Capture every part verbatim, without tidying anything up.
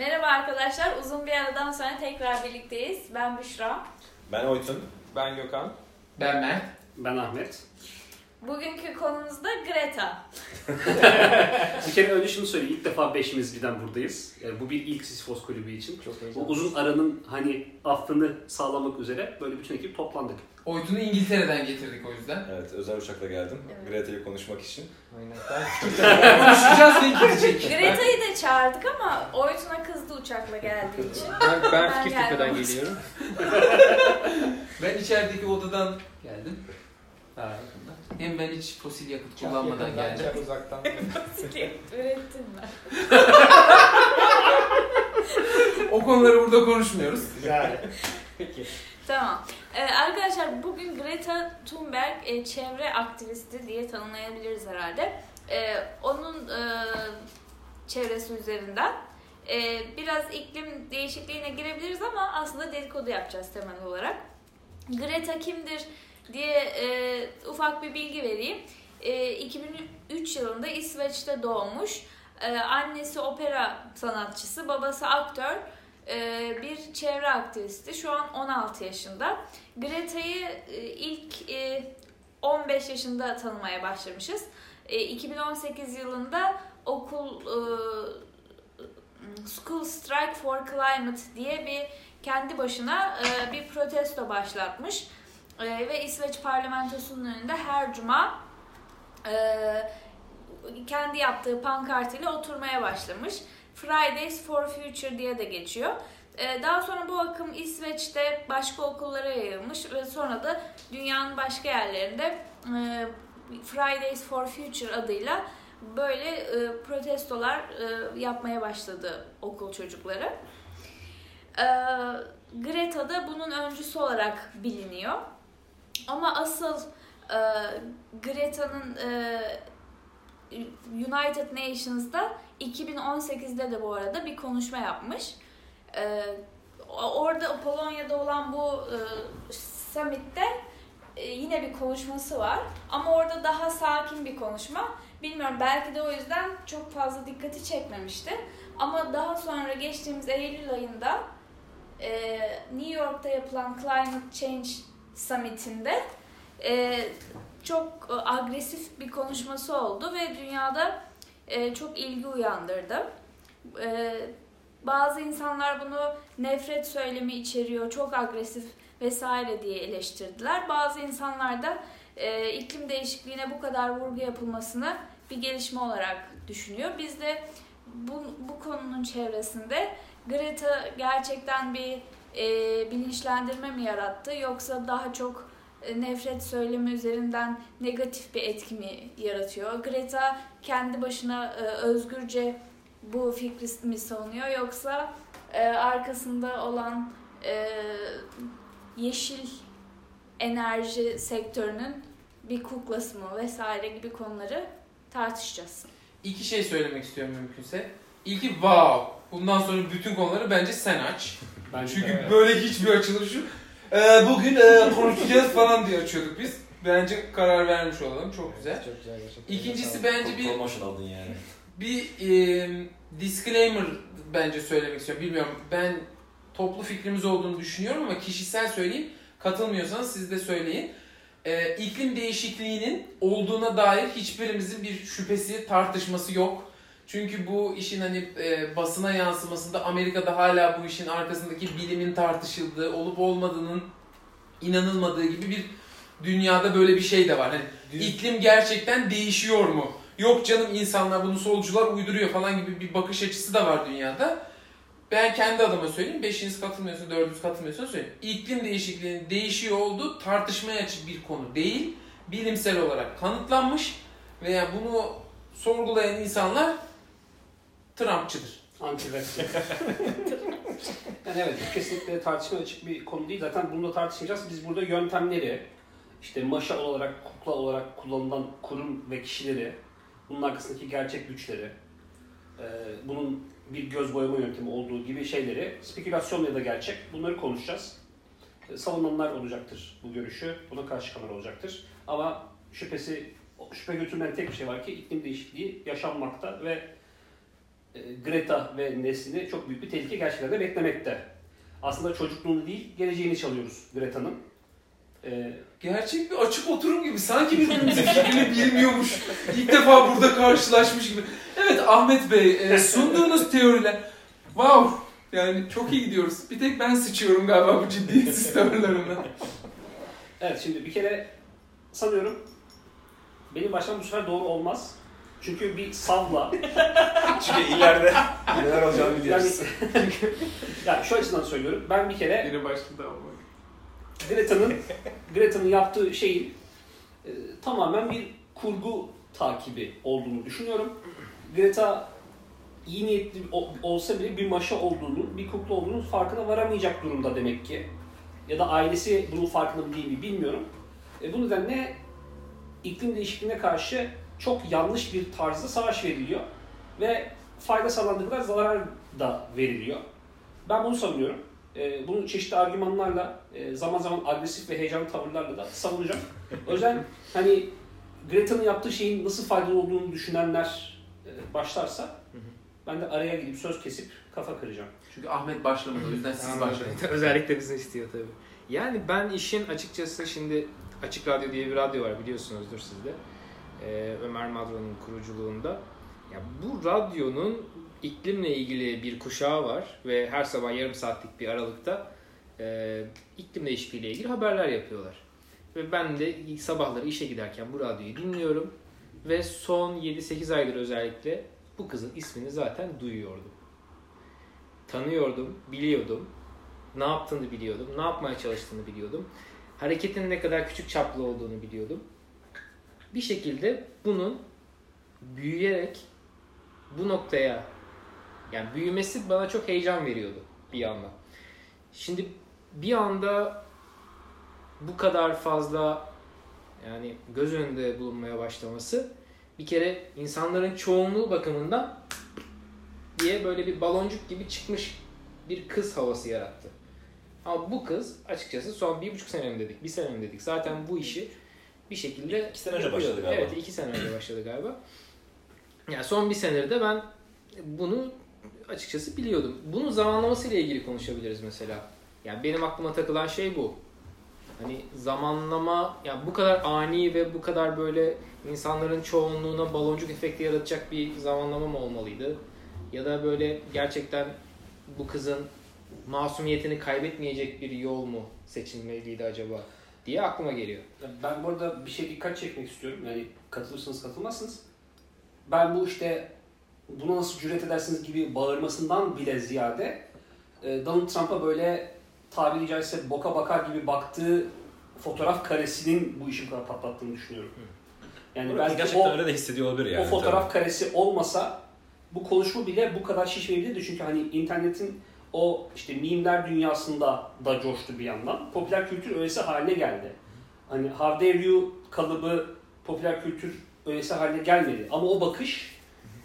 Merhaba arkadaşlar, uzun bir aradan sonra tekrar birlikteyiz. Ben Büşra. Ben Oytun. Ben Gökhan. Ben Mert. Ben Ahmet. Bugünkü konumuz da Greta. Bir kere önce şunu söyleyeyim, ilk defa beşimiz birden buradayız. Yani bu bir ilk Sisyphos kulübü için. Çok Bu uzun aranın hani affını sağlamak üzere böyle bütün ekip toplandık. Oytun'u İngiltere'den getirdik o yüzden. Evet, özel uçakla geldim. Evet. Greta'yı konuşmak için. Aynen. Ben konuşacağız ve gidecek. Greta'yı da çağırdık ama Oytun'a kızdı uçakla geldiği için. Ben, ben Ben Fikirtepe'den geldim. geliyorum. Ben içerideki odadan geldim. Ha, hem ben hiç fosil yakıt kullanmadan geldim. Çok uzaktan. Ürettin mi? O konuları burada konuşmuyoruz. Güzel. Peki. Tamam. Ee, arkadaşlar bugün Greta Thunberg e, çevre aktivisti diye tanımlayabiliriz herhalde. Ee, onun e, çevresi üzerinden e, biraz iklim değişikliğine girebiliriz ama aslında dedikodu yapacağız temel olarak. Greta kimdir diye e, ufak bir bilgi vereyim. E, iki bin üç yılında İsveç'te doğmuş. E, annesi opera sanatçısı, babası aktör. Bir çevre aktivisti. Şu an on altı yaşında. Greta'yı ilk on beş yaşında tanımaya başlamışız. iki bin on sekiz yılında okul School Strike for Climate diye bir kendi başına bir protesto başlatmış. Ve İsveç parlamentosunun önünde her cuma kendi yaptığı pankartıyla oturmaya başlamış. Fridays for Future diye de geçiyor. Daha sonra bu akım İsveç'te başka okullara yayılmış ve sonra da dünyanın başka yerlerinde Fridays for Future adıyla böyle protestolar yapmaya başladı okul çocukları. Greta da bunun öncüsü olarak biliniyor. Ama asıl Greta'nın United Nations'da iki bin on sekizde de bu arada bir konuşma yapmış. Ee, orada Polonya'da olan bu e, summit'te e, yine bir konuşması var. Ama orada daha sakin bir konuşma. Bilmiyorum, belki de o yüzden çok fazla dikkati çekmemişti. Ama daha sonra geçtiğimiz Eylül ayında e, New York'ta yapılan Climate Change Summit'inde e, çok agresif bir konuşması oldu ve dünyada e, çok ilgi uyandırdı. E, bazı insanlar bunu nefret söylemi içeriyor, çok agresif vesaire diye eleştirdiler. Bazı insanlar da e, iklim değişikliğine bu kadar vurgu yapılmasını bir gelişme olarak düşünüyor. Biz de bu, bu konunun çevresinde Greta gerçekten bir e, bilinçlendirme mi yarattı, yoksa daha çok nefret söylemi üzerinden negatif bir etki mi yaratıyor? Greta kendi başına e, özgürce bu fikri mi savunuyor, yoksa e, arkasında olan e, yeşil enerji sektörünün bir kuklası mı vesaire gibi konuları tartışacağız. İki şey söylemek istiyorum mümkünse. İlki wow. Bundan sonra bütün konuları bence sen aç. Bence Çünkü de. böyle hiçbir açılışı Ee, bugün e, konuşacağız falan diye açıyorduk biz. Bence karar vermiş olalım. Çok güzel. Çok güzel gerçekten. İkincisi bence bir Promotion aldın yani. bir e, disclaimer bence söylemek istiyorum. Bilmiyorum, ben toplu fikrimiz olduğunu düşünüyorum ama kişisel söyleyeyim. Katılmıyorsanız siz de söyleyin. E, iklim değişikliğinin olduğuna dair hiçbirimizin bir şüphesi, tartışması yok. Çünkü bu işin hani e, basına yansımasında Amerika'da hala bu işin arkasındaki bilimin tartışıldığı, olup olmadığının inanılmadığı gibi bir dünyada böyle bir şey de var. Hani iklim gerçekten değişiyor mu? Yok canım, insanlar bunu solcular uyduruyor falan gibi bir bakış açısı da var dünyada. Ben kendi adıma söyleyeyim. Beşiniz katılmıyorsa, dördünüz katılmıyorsa söyleyeyim. İklim değişikliğinin değişiyor olduğu tartışmaya açık bir konu değil. Bilimsel olarak kanıtlanmış veya bunu sorgulayan insanlar Trumpçıdır. Anti-vaxxer. Yani evet, kesinlikle tartışmaya açık bir konu değil. Zaten bunu da tartışmayacağız. Biz burada yöntemleri, işte maşa olarak, kukla olarak kullanılan kurum ve kişileri, bunun arkasındaki gerçek güçleri, bunun bir göz boyama yöntemi olduğu gibi şeyleri, spekülasyon ya da gerçek, bunları konuşacağız. Savunanlar olacaktır bu görüşü, buna karşı çıkanlar olacaktır. Ama şüphesi, şüphe götürmeyen tek bir şey var ki iklim değişikliği yaşanmakta ve Greta ve neslini çok büyük bir tehlike gerçekten de beklemekte. Aslında çocukluğunu değil, geleceğini çalıyoruz Greta'nın. Ee, Gerçek bir açık oturum gibi. Sanki birbirimizin fikrini bilmiyormuş. İlk defa burada karşılaşmış gibi. Evet Ahmet Bey, e, sunduğunuz teoriler. Wow! Yani çok iyi gidiyoruz. Bir tek ben sıçıyorum galiba bu ciddiyetsiz tavırlarımla. evet şimdi bir kere sanıyorum benim başlamam bu sefer doğru olmaz. Çünkü bir savla... Çünkü ileride neler olacağını biliyoruz. Yani, yani şu açıdan söylüyorum. Ben bir kere Yine başladı ama. Greta'nın Greta'nın yaptığı şeyin e, tamamen bir kurgu takibi olduğunu düşünüyorum. Greta iyi niyetli ol, olsa bile bir maşa olduğunu, bir kukla olduğunu farkına varamayacak durumda demek ki. Ya da ailesi bunun farkında mı değil mi bilmiyorum. E, bu nedenle iklim değişikliğine karşı çok yanlış bir tarzda savaş veriliyor. Ve fayda sağlandığı kadar zarar da veriliyor. Ben bunu savunuyorum. E, bunu çeşitli argümanlarla, e, zaman zaman agresif ve heyecanlı tavırlarla da savunacağım. O yüzden hani Greta'nın yaptığı şeyin nasıl faydalı olduğunu düşünenler e, başlarsa ben de araya gidip söz kesip kafa kıracağım. Çünkü Ahmet başlamadı, o yüzden siz başlayın. Özellikle bizi istiyor tabii. Yani ben işin açıkçası şimdi Açık Radyo diye bir radyo var biliyorsunuzdur siz de. Ee, Ömer Madro'nun kuruculuğunda. Ya bu radyonun iklimle ilgili bir kuşağı var ve her sabah yarım saatlik bir aralıkta e, iklim değişikliğiyle ilgili haberler yapıyorlar. Ve ben de sabahları işe giderken bu radyoyu dinliyorum ve son yedi sekiz aydır özellikle bu kızın ismini zaten duyuyordum. Tanıyordum, biliyordum. Ne yaptığını biliyordum, ne yapmaya çalıştığını biliyordum. Hareketinin ne kadar küçük çaplı olduğunu biliyordum. Bir şekilde bunun büyüyerek bu noktaya, yani büyümesi bana çok heyecan veriyordu bir yandan. Şimdi bir anda bu kadar fazla yani göz önünde bulunmaya başlaması bir kere insanların çoğunluğu bakımından diye böyle bir baloncuk gibi çıkmış bir kız havası yarattı. Ama bu kız açıkçası son bir buçuk sene mi dedik, bir sene mi dedik zaten bu işi bir şekilde İki sene önce yapıyordu. başladı galiba. Evet iki sene önce başladı galiba. Yani son bir senedir de ben bunu açıkçası biliyordum. Bunun zamanlamasıyla ilgili konuşabiliriz mesela. Yani benim aklıma takılan şey bu. Hani zamanlama, yani bu kadar ani ve bu kadar böyle insanların çoğunluğuna baloncuk efekti yaratacak bir zamanlama mı olmalıydı? Ya da böyle gerçekten bu kızın masumiyetini kaybetmeyecek bir yol mu seçilmeliydi acaba diye aklıma geliyor. Ben bu arada bir şey dikkat çekmek istiyorum. Yani katılırsınız katılmazsınız. Ben bu işte buna nasıl cüret edersiniz gibi bağırmasından bile ziyade Donald Trump'a böyle tabiri caizse boka bakar gibi baktığı fotoğraf karesinin bu işi bu kadar patlattığını düşünüyorum. Yani Burası belki gerçekten o, öyle de hissediyor olabilir yani. o fotoğraf tabii. karesi olmasa bu konuşma bile bu kadar şişmeyebilirdi. Çünkü hani internetin o işte mimler dünyasında da coştu bir yandan. Popüler kültür öğesi haline geldi. Hani how dare you kalıbı popüler kültür öğesi haline gelmedi. Ama o bakış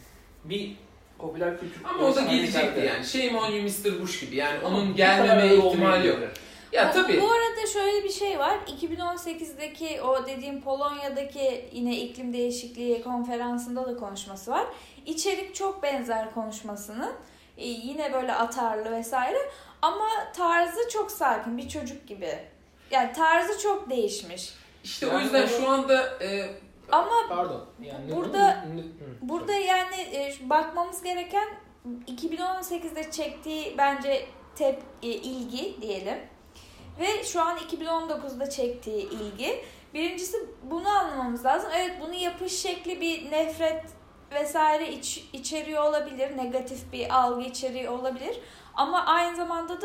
bir popüler kültür Ama o öğesi da haline gelecekti geldi. yani. Shame on you mister Bush gibi. Yani Ama onun bu gelmeme kadar ihtimali yok. olmayabilir. Ya bu, tabii. Bu arada şöyle bir şey var. iki bin on sekizdeki o dediğim Polonya'daki yine iklim değişikliği konferansında da konuşması var. İçerik çok benzer konuşmasının. Ee, yine böyle atarlı vesaire. Ama tarzı çok sakin. Bir çocuk gibi. Yani tarzı çok değişmiş. İşte Yani o yüzden o- şu anda e, Ama Pardon. Yani Burada- Hı, hı. burada yani e, bakmamız gereken iki bin on sekizde çektiği bence tep e, ilgi diyelim. Ve şu an iki bin on dokuzda çektiği ilgi. Birincisi bunu anlamamız lazım. Evet bunu yapış şekli bir nefret vesaire iç, içeriyor olabilir. Negatif bir algı içeriyor olabilir. Ama aynı zamanda da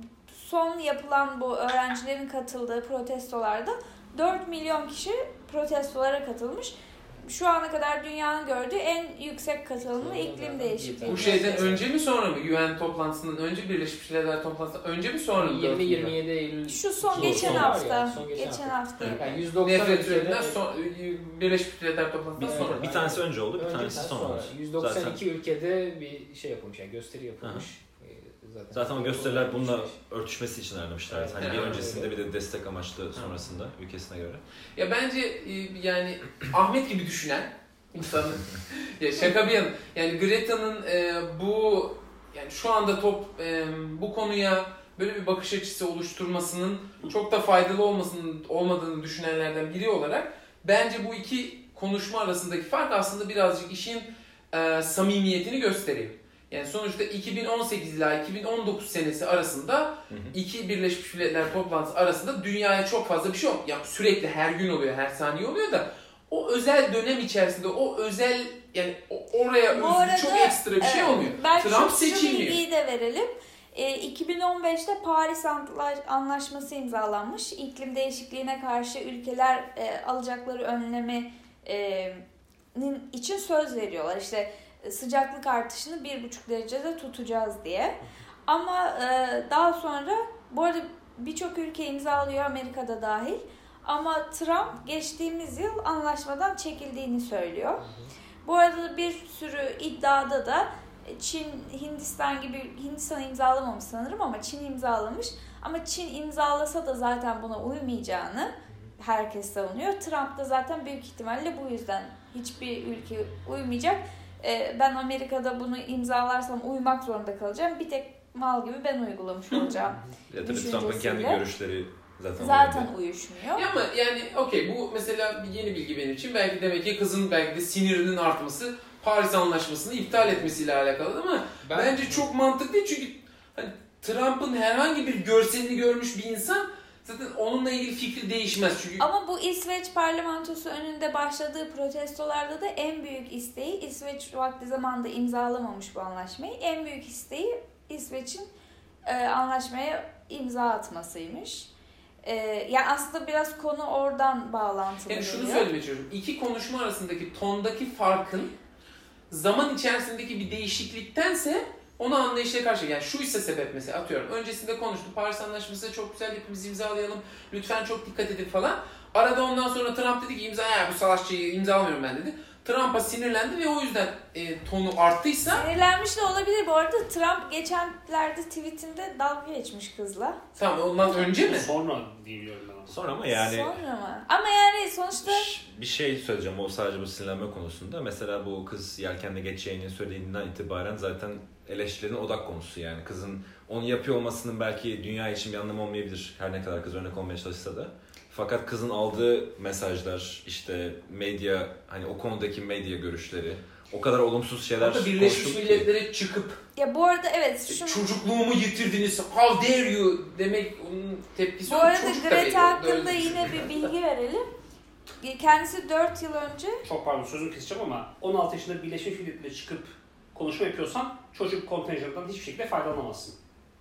son yapılan bu öğrencilerin katıldığı protestolarda dört milyon kişi protestolara katılmış. Şu ana kadar dünyanın gördüğü en yüksek katılımlı iklim değişikliği. bu şeyden önce mi sonra mı? U N toplantısından önce, Birleşmiş Milletler toplantısından önce mi sonra mı? yirmi yirmi yedi Eylül. Şu son Son- geçen son var hafta. ya, son geçen geçen hafta. hafta. Yani yüz doksan Nefret ülkede- üzerinden son, Birleşmiş Milletler toplantısından Evet, sonra. Bir tanesi önce oldu, bir Önce tanesi sonra oldu. yüz doksan iki ülkede bir şey yapılmış, yani gösteri yapılmış. Ee, Zaten, Zaten o gösteriler bununla örtüşmesi için ayarlamışlar. Evet, Hani bir evet, öncesinde evet. bir de destek amaçlı sonrasında ülkesine göre. Ya bence e, yani Ahmet gibi düşünen İnsanın. Ya şaka bir yana. Yani Greta'nın e, bu yani şu anda top e, bu konuya böyle bir bakış açısı oluşturmasının çok da faydalı olmasının olmadığını düşünenlerden biri olarak bence bu iki konuşma arasındaki fark aslında birazcık işin e, samimiyetini gösteriyor. Yani sonuçta iki bin on sekiz ila iki bin on dokuz senesi arasında hı hı. iki Birleşmiş Milletler toplantısı arasında dünyaya çok fazla bir şey yok. Ya sürekli her gün oluyor, her saniye oluyor da o özel dönem içerisinde o özel yani oraya özgü arada, çok ekstra bir şey olmuyor. Ben Trump şu seçilmiyor. bilgiyi de verelim. E, iki bin on beşte Paris Anlaşması imzalanmış. İklim değişikliğine karşı ülkeler e, alacakları önlemi e, için söz veriyorlar. İşte sıcaklık artışını bir buçuk derecede tutacağız diye. Ama e, daha sonra bu arada birçok ülke imzalıyor, Amerika'da dahil. Ama Trump geçtiğimiz yıl anlaşmadan çekildiğini söylüyor. Bu arada bir sürü iddiada da Çin, Hindistan gibi, Hindistan imzalamamış sanırım ama Çin imzalamış. Ama Çin imzalasa da zaten buna uymayacağını herkes savunuyor. Trump da zaten büyük ihtimalle bu yüzden hiçbir ülke uymayacak. Ben Amerika'da bunu imzalarsam uymak zorunda kalacağım. Bir tek mal gibi ben uygulamış olacağım. Ya tabii Trump'ın kendi görüşleri zaten, zaten uyuşmuyor. Ya ama yani okey bu mesela bir yeni bilgi benim için. Belki demek ki kızın belki de sinirinin artması Paris Anlaşması'nı iptal etmesiyle alakalı ama ben... bence çok mantıklı değil çünkü hani Trump'ın herhangi bir görselini görmüş bir insan zaten onunla ilgili fikri değişmez çünkü. Ama bu İsveç parlamentosu önünde başladığı protestolarda da en büyük isteği İsveç vakti zamanında imzalamamış bu anlaşmayı. En büyük isteği İsveç'in e, anlaşmaya imza atmasıymış. E, yani aslında biraz konu oradan bağlantılı. Yani şunu söylemeye çalışıyorum. İki konuşma arasındaki tondaki farkın zaman içerisindeki bir değişikliktense onu anlayışla karşı. Yani şu ise sebep mesela atıyorum. Öncesinde konuştuk. Paris Anlaşması çok güzel, hepimiz imzalayalım. Lütfen çok dikkat edin falan. Arada ondan sonra Trump dedi ki imza ya bu savaşçıyı imzalamıyorum ben dedi. Trump'a sinirlendi ve o yüzden e, tonu arttıysa... Sinirlenmiş de olabilir. Bu arada Trump geçenlerde tweetinde dalga geçmiş kızla. Tamam ondan önce mi? Sonra diyebiliyorum ben. Sonra mı yani? Sonra mı? Ama yani sonuçta... Bir şey söyleyeceğim o sadece bu sinirlenme konusunda. Mesela bu kız yelkenle geçeceğini söylediğinden itibaren zaten eleştirilerin odak konusu yani. Kızın onu yapıyor olmasının belki dünya için bir anlamı olmayabilir. Her ne kadar kız örnek olmaya çalışsa da. Fakat kızın aldığı mesajlar, işte medya, hani o konudaki medya görüşleri, o kadar olumsuz şeyler konuşuldu. Birleşmiş Milletler'e çıkıp ya bu arada evet şunu... çocukluğumu yitirdiniz, how dare you demek onun tepkisi. Bu arada Greta hakkında yine bir bilgi verelim. Kendisi dört yıl önce... Çok pardon sözünü keseceğim ama on altı yaşında Birleşmiş Milletler'e çıkıp konuşma yapıyorsan çocuk kontenjanından hiçbir şekilde faydalanamazsın.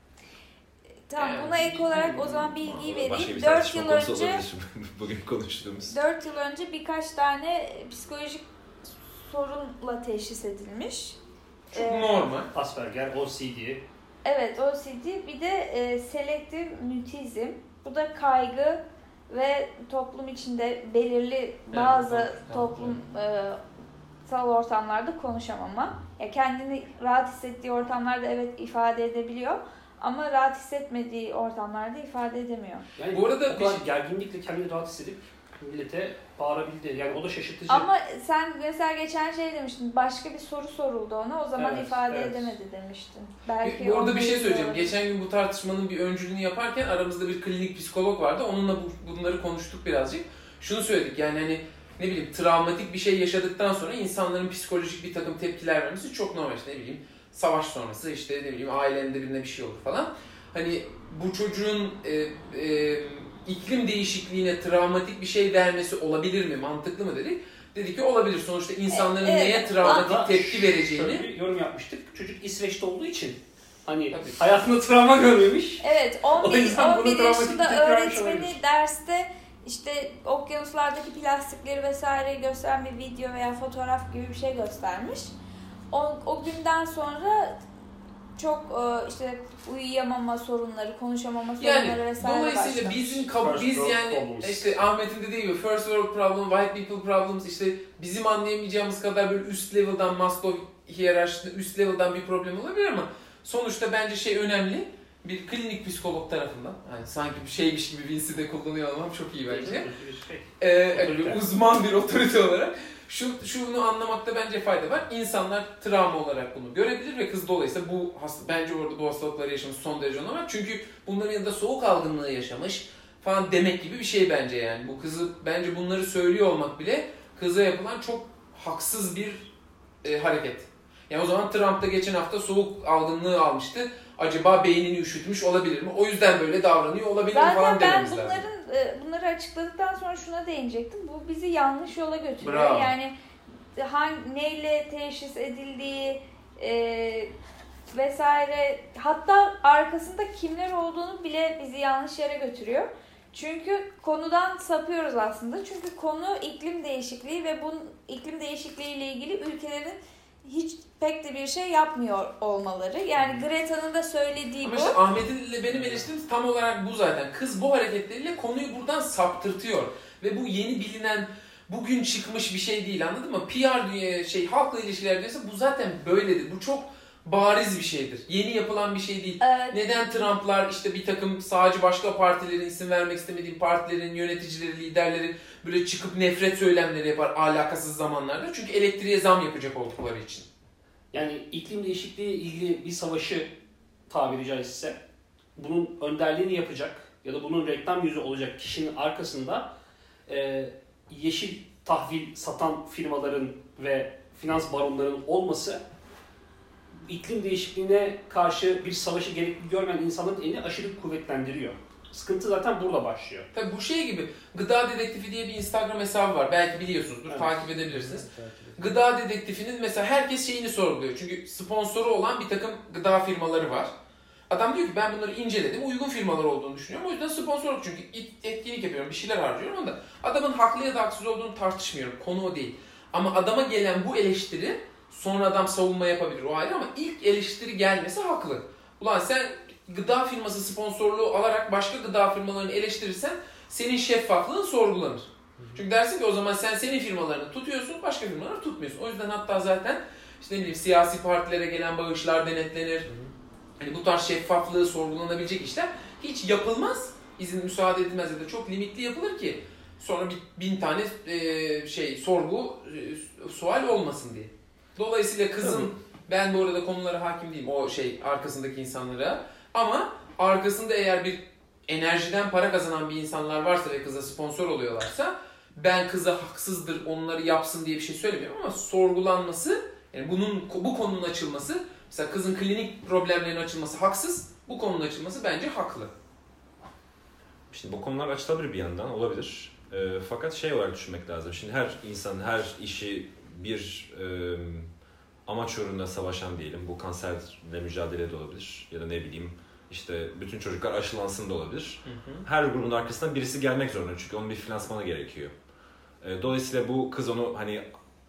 Tamam yani, buna ek olarak o zaman bilgiyi vereyim. dört yıl önce bugün konuştuğumuz. dört yıl önce birkaç tane psikolojik sorunla teşhis edilmiş. Çok ee, normal. Asperger, O C D. Evet, O C D. Bir de e, selektif mutizm. Bu da kaygı ve toplum içinde belirli bazı evet, toplumsal e, ortamlarda konuşamama. Ya kendini rahat hissettiği ortamlarda evet ifade edebiliyor. Ama rahat hissetmediği ortamlarda ifade edemiyor. Yani bu arada o kadar bir... gerginlikle kendini rahat hissedip millete bağırabildi. Yani o da şaşırtıcı. Ama sen mesela geçen şey demiştin. Başka bir soru soruldu ona. O zaman evet, ifade evet. edemedi demiştin. Belki bu arada bir şey söyleyeceğim. Geçen gün bu tartışmanın bir öncülüğünü yaparken aramızda bir klinik psikolog vardı. Onunla bu, bunları konuştuk birazcık. Şunu söyledik yani hani ne bileyim travmatik bir şey yaşadıktan sonra insanların psikolojik bir takım tepkiler vermesi çok normal. İşte ne bileyim savaş sonrası işte ne bileyim ailelerinde birine bir şey olur falan. Hani bu çocuğun e, e, iklim değişikliğine travmatik bir şey vermesi olabilir mi? Mantıklı mı dedik? Dedi ki olabilir. Sonuçta insanların evet, neye travmatik ama tepki vereceğini... Şöyle bir yorum yapmıştık. Çocuk İsveç'te olduğu için hani tabii hayatında travma görmemiş. Evet on bir yaşında öğretmeni derste işte okyanuslardaki plastikleri vesaire gösteren bir video veya fotoğraf gibi bir şey göstermiş. O, o günden sonra çok işte uyuyamama sorunları, konuşamama sorunları yani, vesaire dolayısıyla başlamış. bizim kab- biz yani problems. işte Ahmet'in dediği gibi first world problem, white people problems işte bizim anlayamayacağımız kadar böyle üst level'dan Maslow hiyerarşisinde üst level'dan bir problem olabilir ama sonuçta bence şey önemli. bir klinik psikolog tarafından, yani sanki bir şeymiş gibi Vince'i de kullanıyor olmam çok iyi bence. Ee, bir uzman bir otorite olarak şu şunu anlamakta bence fayda var. İnsanlar travma olarak bunu görebilir ve kız dolayısıyla bu hasta, bence orada bu hastalıkları yaşamış son derece normal. Çünkü bunların yanında soğuk algınlığı yaşamış falan demek gibi bir şey bence yani. Bu kızı bence bunları söylüyor olmak bile kıza yapılan çok haksız bir e, hareket. Yani o zaman Trump da geçen hafta soğuk algınlığı almıştı. Acaba beynini üşütmüş olabilir mi? O yüzden böyle davranıyor olabilir mi falan dememiz lazım. Zaten ben bunların bunları açıkladıktan sonra şuna değinecektim. Bu bizi yanlış yola götürüyor. Bravo. Yani hangi, neyle teşhis edildiği e, vesaire, hatta arkasında kimler olduğunu bile bizi yanlış yere götürüyor. Çünkü konudan sapıyoruz aslında. Çünkü konu iklim değişikliği ve bu iklim değişikliği ile ilgili ülkelerin hiç pek de bir şey yapmıyor olmaları. Yani Greta'nın da söylediği Ama bu. işte Ahmet'in ile benim eleştirim tam olarak bu zaten. Kız bu hareketleriyle konuyu buradan saptırtıyor. Ve bu yeni bilinen, bugün çıkmış bir şey değil, anladın mı? P R diye şey, halkla ilişkiler diyorsa bu zaten böyledir. Bu çok bariz bir şeydir. Yeni yapılan bir şey değil. Evet. Neden Trump'lar, işte bir takım sağcı başka partilerin, isim vermek istemediğim partilerin yöneticileri, liderleri böyle çıkıp nefret söylemleri yapar alakasız zamanlarda? Çünkü elektriğe zam yapacak oldukları için. Yani iklim değişikliği ilgili bir savaşı tabiri caizse bunun önderliğini yapacak ya da bunun reklam yüzü olacak kişinin arkasında e, yeşil tahvil satan firmaların ve finans baronlarının olması iklim değişikliğine karşı bir savaşı gerekli görmeyen insanların elini aşırı kuvvetlendiriyor. Sıkıntı zaten burada başlıyor. Tabii bu şey gibi, Gıda Dedektifi diye bir Instagram hesabı var. Belki biliyorsunuzdur, Evet. takip edebilirsiniz. Gıda Dedektifi'nin mesela herkes şeyini sorguluyor. Çünkü sponsoru olan bir takım gıda firmaları var. Adam diyor ki ben bunları inceledim, uygun firmalar olduğunu düşünüyorum. O yüzden sponsor oldum çünkü etkinlik yapıyorum, bir şeyler harcıyorum. Onda adamın haklı ya da haksız olduğunu tartışmıyorum. Konu o değil. Ama adama gelen bu eleştiri, sonra adam savunma yapabilir, o ayrı, ama ilk eleştiri gelmesi haklı. Ulan sen gıda firması sponsorluğu alarak başka gıda firmalarını eleştirirsen senin şeffaflığın sorgulanır. Çünkü dersin ki o zaman sen senin firmalarını tutuyorsun, başka firmaları tutmuyorsun. O yüzden hatta zaten işte ne bileyim siyasi partilere gelen bağışlar denetlenir. Yani bu tarz şeffaflığı sorgulanabilecek işler hiç yapılmaz. İzin müsaade edilmez ya da çok limitli yapılır ki sonra bir bin tane e, şey sorgu e, sual olmasın diye. Dolayısıyla kızın, tabii, ben bu arada konulara hakim değilim, o şey arkasındaki insanlara, ama arkasında eğer bir enerjiden para kazanan bir insanlar varsa ve kıza sponsor oluyorlarsa, ben kıza haksızdır onları yapsın diye bir şey söylemiyorum ama sorgulanması, yani bunun bu konunun açılması, mesela kızın klinik problemlerinin açılması haksız, bu konunun açılması bence haklı. Şimdi bu konular açılabilir bir yandan, olabilir. E, fakat şey olarak düşünmek lazım. Şimdi her insan, her işi bir e, amaç uğruna savaşan diyelim. Bu kanserle mücadele de olabilir. Ya da ne bileyim işte bütün çocuklar aşılansın da olabilir. Hı hı. Her grubun arkasından birisi gelmek zorunda çünkü onun bir finansmanı gerekiyor. E, dolayısıyla bu kız onu hani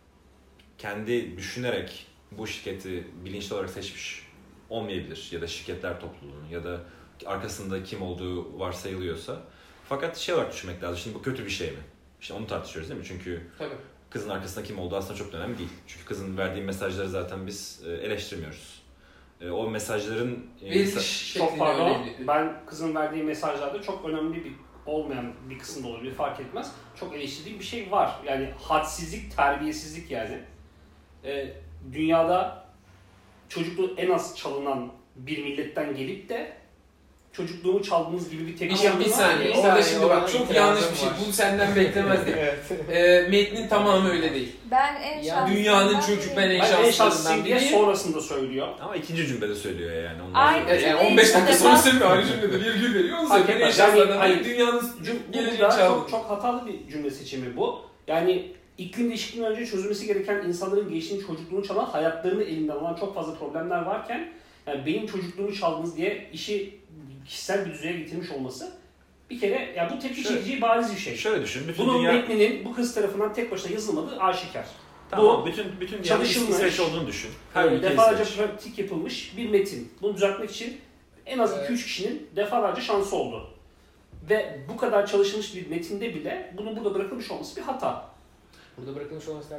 kendi düşünerek bu şirketi bilinçli olarak seçmiş olmayabilir. Ya da şirketler topluluğunu ya da arkasında kim olduğu varsayılıyorsa. Fakat şey olarak düşünmek lazım. Şimdi bu kötü bir şey mi? İşte onu tartışıyoruz değil mi? Çünkü tabii, kızın arkasında kim olduğu aslında çok önemli değil. Çünkü kızın verdiği mesajları zaten biz eleştirmiyoruz. O mesajların... Veriliş çok pardon, ben kızın verdiği mesajlarda çok önemli bir olmayan bir kısım da olabilir, fark etmez. Çok eleştirdiğim bir şey var. Yani hadsizlik, terbiyesizlik yani. Ee, dünyada çocukluğu en az çalınan bir milletten gelip de çocukluğumu çaldığınız gibi bir tepki yaptığınız bir saniye. Orada şimdi bak çok yanlış bir şey. Bunu senden beklemezdim. Evet. E, metnin tamamı öyle değil. Ben en yani dünyanın çocuk ben en şanslısından diye sonrasında söylüyor. Ama ikinci cümlede söylüyor yani. Aynı yani on beş dakika sonra söylüyor. Aynı cümlede virgül veriyor. Onu söylüyor. Ben en şanslısından dünyanın geleceğini çaldı. Çok, çok hatalı bir cümle seçimi bu. Yani iklim değişikliğinden önce çözülmesi gereken insanların gençliğini, çocukluğunu çalan, hayatlarını elinden alan çok fazla problemler varken yani benim çocukluğumu çaldınız diye işi kişisel bir düzeye getirmiş olması bir kere ya bu tepki çekeceği bariz bir şey. Şöyle düşün. Bütün bunun dünya... metninin bu kız tarafından tek başına yazılmadığı aşikar. Tamam, bu bütün bütün çalışılmış İsveç olduğunu düşün. Her e, defalarca pratik yapılmış bir metin. Bunu düzeltmek için en az iki üç evet. kişinin defalarca şansı oldu. Ve bu kadar çalışılmış bir metinde bile bunun burada bırakılmış olması bir hata. Burada bırakılmış olması derken?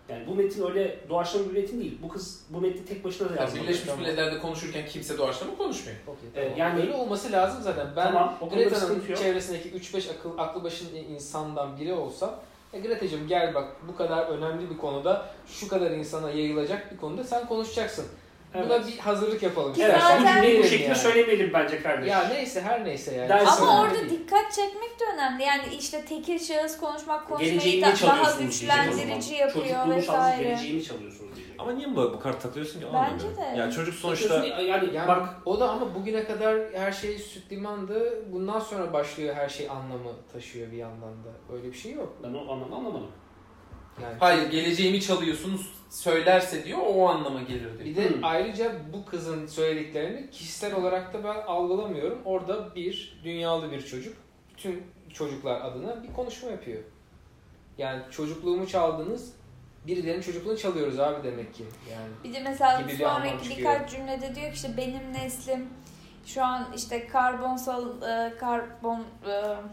Yani bu metin öyle doğaçlama bir metin değil. Bu kız bu metni tek başına da Yani yazmadı. Birleşmiş Milletler'de konuşurken kimse doğaçlama konuşmuyor. Okay, Ee, tamam. yani- öyle olması lazım zaten. Ben Tamam, o konuda Greta'nın sıkıntı yok. çevresindeki üç beş akıl, aklı başında insandan biri olsam e Greta'cığım gel bak bu kadar önemli bir konuda şu kadar insana yayılacak bir konuda sen konuşacaksın. Buna Evet. bir hazırlık yapalım. Ki Evet, İstersen bu zaten- cümleyi bu dinleyelim şekilde yani. söylemeyelim bence kardeş. Ya neyse her neyse yani. Dersin Ama önemli orada değil. dikkat çekmek de önemli. Yani işte tekil şahıs konuşmak konuşmayı Geleceğimi da daha çalıyorsunuz diyecek o zaman. güçlendirici yapıyor Çocukluğumu çalıyorsunuz, vesaire. geleceğimi çalıyorsunuz diyecek. Ama niye bu, bu kadar takılıyorsun ki? Bence Anlamıyorum. de. Ya çocuk sonuçta... Yani, yani Yani bak o da ama bugüne kadar her şey süt limandı. Bundan sonra başlıyor her şey anlamı taşıyor bir yandan da. Öyle bir şey yok. ben o anlamı anlamadım. Yani Hayır, geleceğimi çalıyorsunuz söylerse diyor o anlama gelir diyor. bir de Hmm. ayrıca bu kızın söylediklerini kişisel olarak da ben algılamıyorum. Orada bir dünyalı bir çocuk bütün çocuklar adına bir konuşma yapıyor. Yani çocukluğumu çaldınız, birilerinin çocukluğunu çalıyoruz abi demek ki. Yani Bir de mesela gibi bir anlam sonraki çıkıyor. birkaç cümlede diyor ki işte benim neslim şu an işte karbon sal e, karbon e,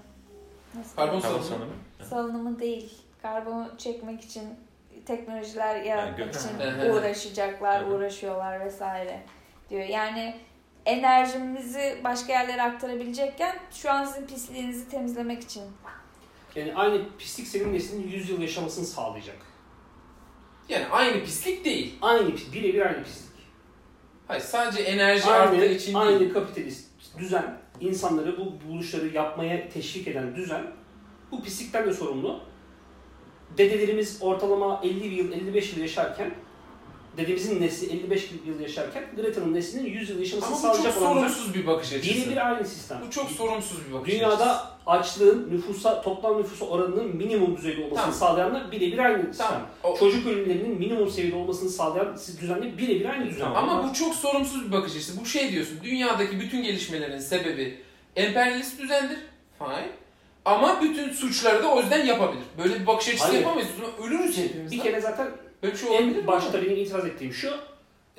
nasıl Karbon Tamam, salınımı. sanırım. salınımı değil. Karbonu çekmek için teknolojiler yaratmak gök- için Hı hı. uğraşacaklar, Hı hı. uğraşıyorlar vesaire diyor. Yani enerjimizi başka yerlere aktarabilecekken şu an sizin pisliğinizi temizlemek için. Yani aynı pislik senin neslinin yüz yıl yaşamasını sağlayacak. Yani aynı pislik değil. Aynı pis, birebir aynı pislik. Hayır, sadece enerji arttığı Aynı, için aynı değil. kapitalist düzen, insanları bu buluşları yapmaya teşvik eden düzen bu pislikten de sorumlu. Dedelerimiz ortalama elli yıl, elli beş yıl yaşarken, dedemizin nesli elli beş yıl yaşarken, Greta'nın neslinin yüz yıl yaşamasını Ama bu çok sağlayacak olan sorumsuz bir bakış açısı. birebir aynı sistem. Bu çok sorumsuz bir bakış açısı. Dünyada açlığın nüfusa, toplam nüfusa oranının minimum düzeyde olmasını Tamam. sağlayanlar birebir aynı sistem. Tamam. O- Çocuk ölümlerinin minimum seviyede olmasını sağlayan düzenle birebir aynı düzen. Tamam. Ama bu çok sorumsuz bir bakış açısı. Bu şey diyorsun, dünyadaki bütün gelişmelerin sebebi emperyalist düzendir. Fine. Ama bütün suçları da o yüzden yapabilir. Böyle bir bakış açısı Hayır. yapamayız. O zaman ölürüz hepimiz. Bir lan. kere zaten Böyle bir şey olabilir mi? en başta benim itiraz ettiğim şu, e,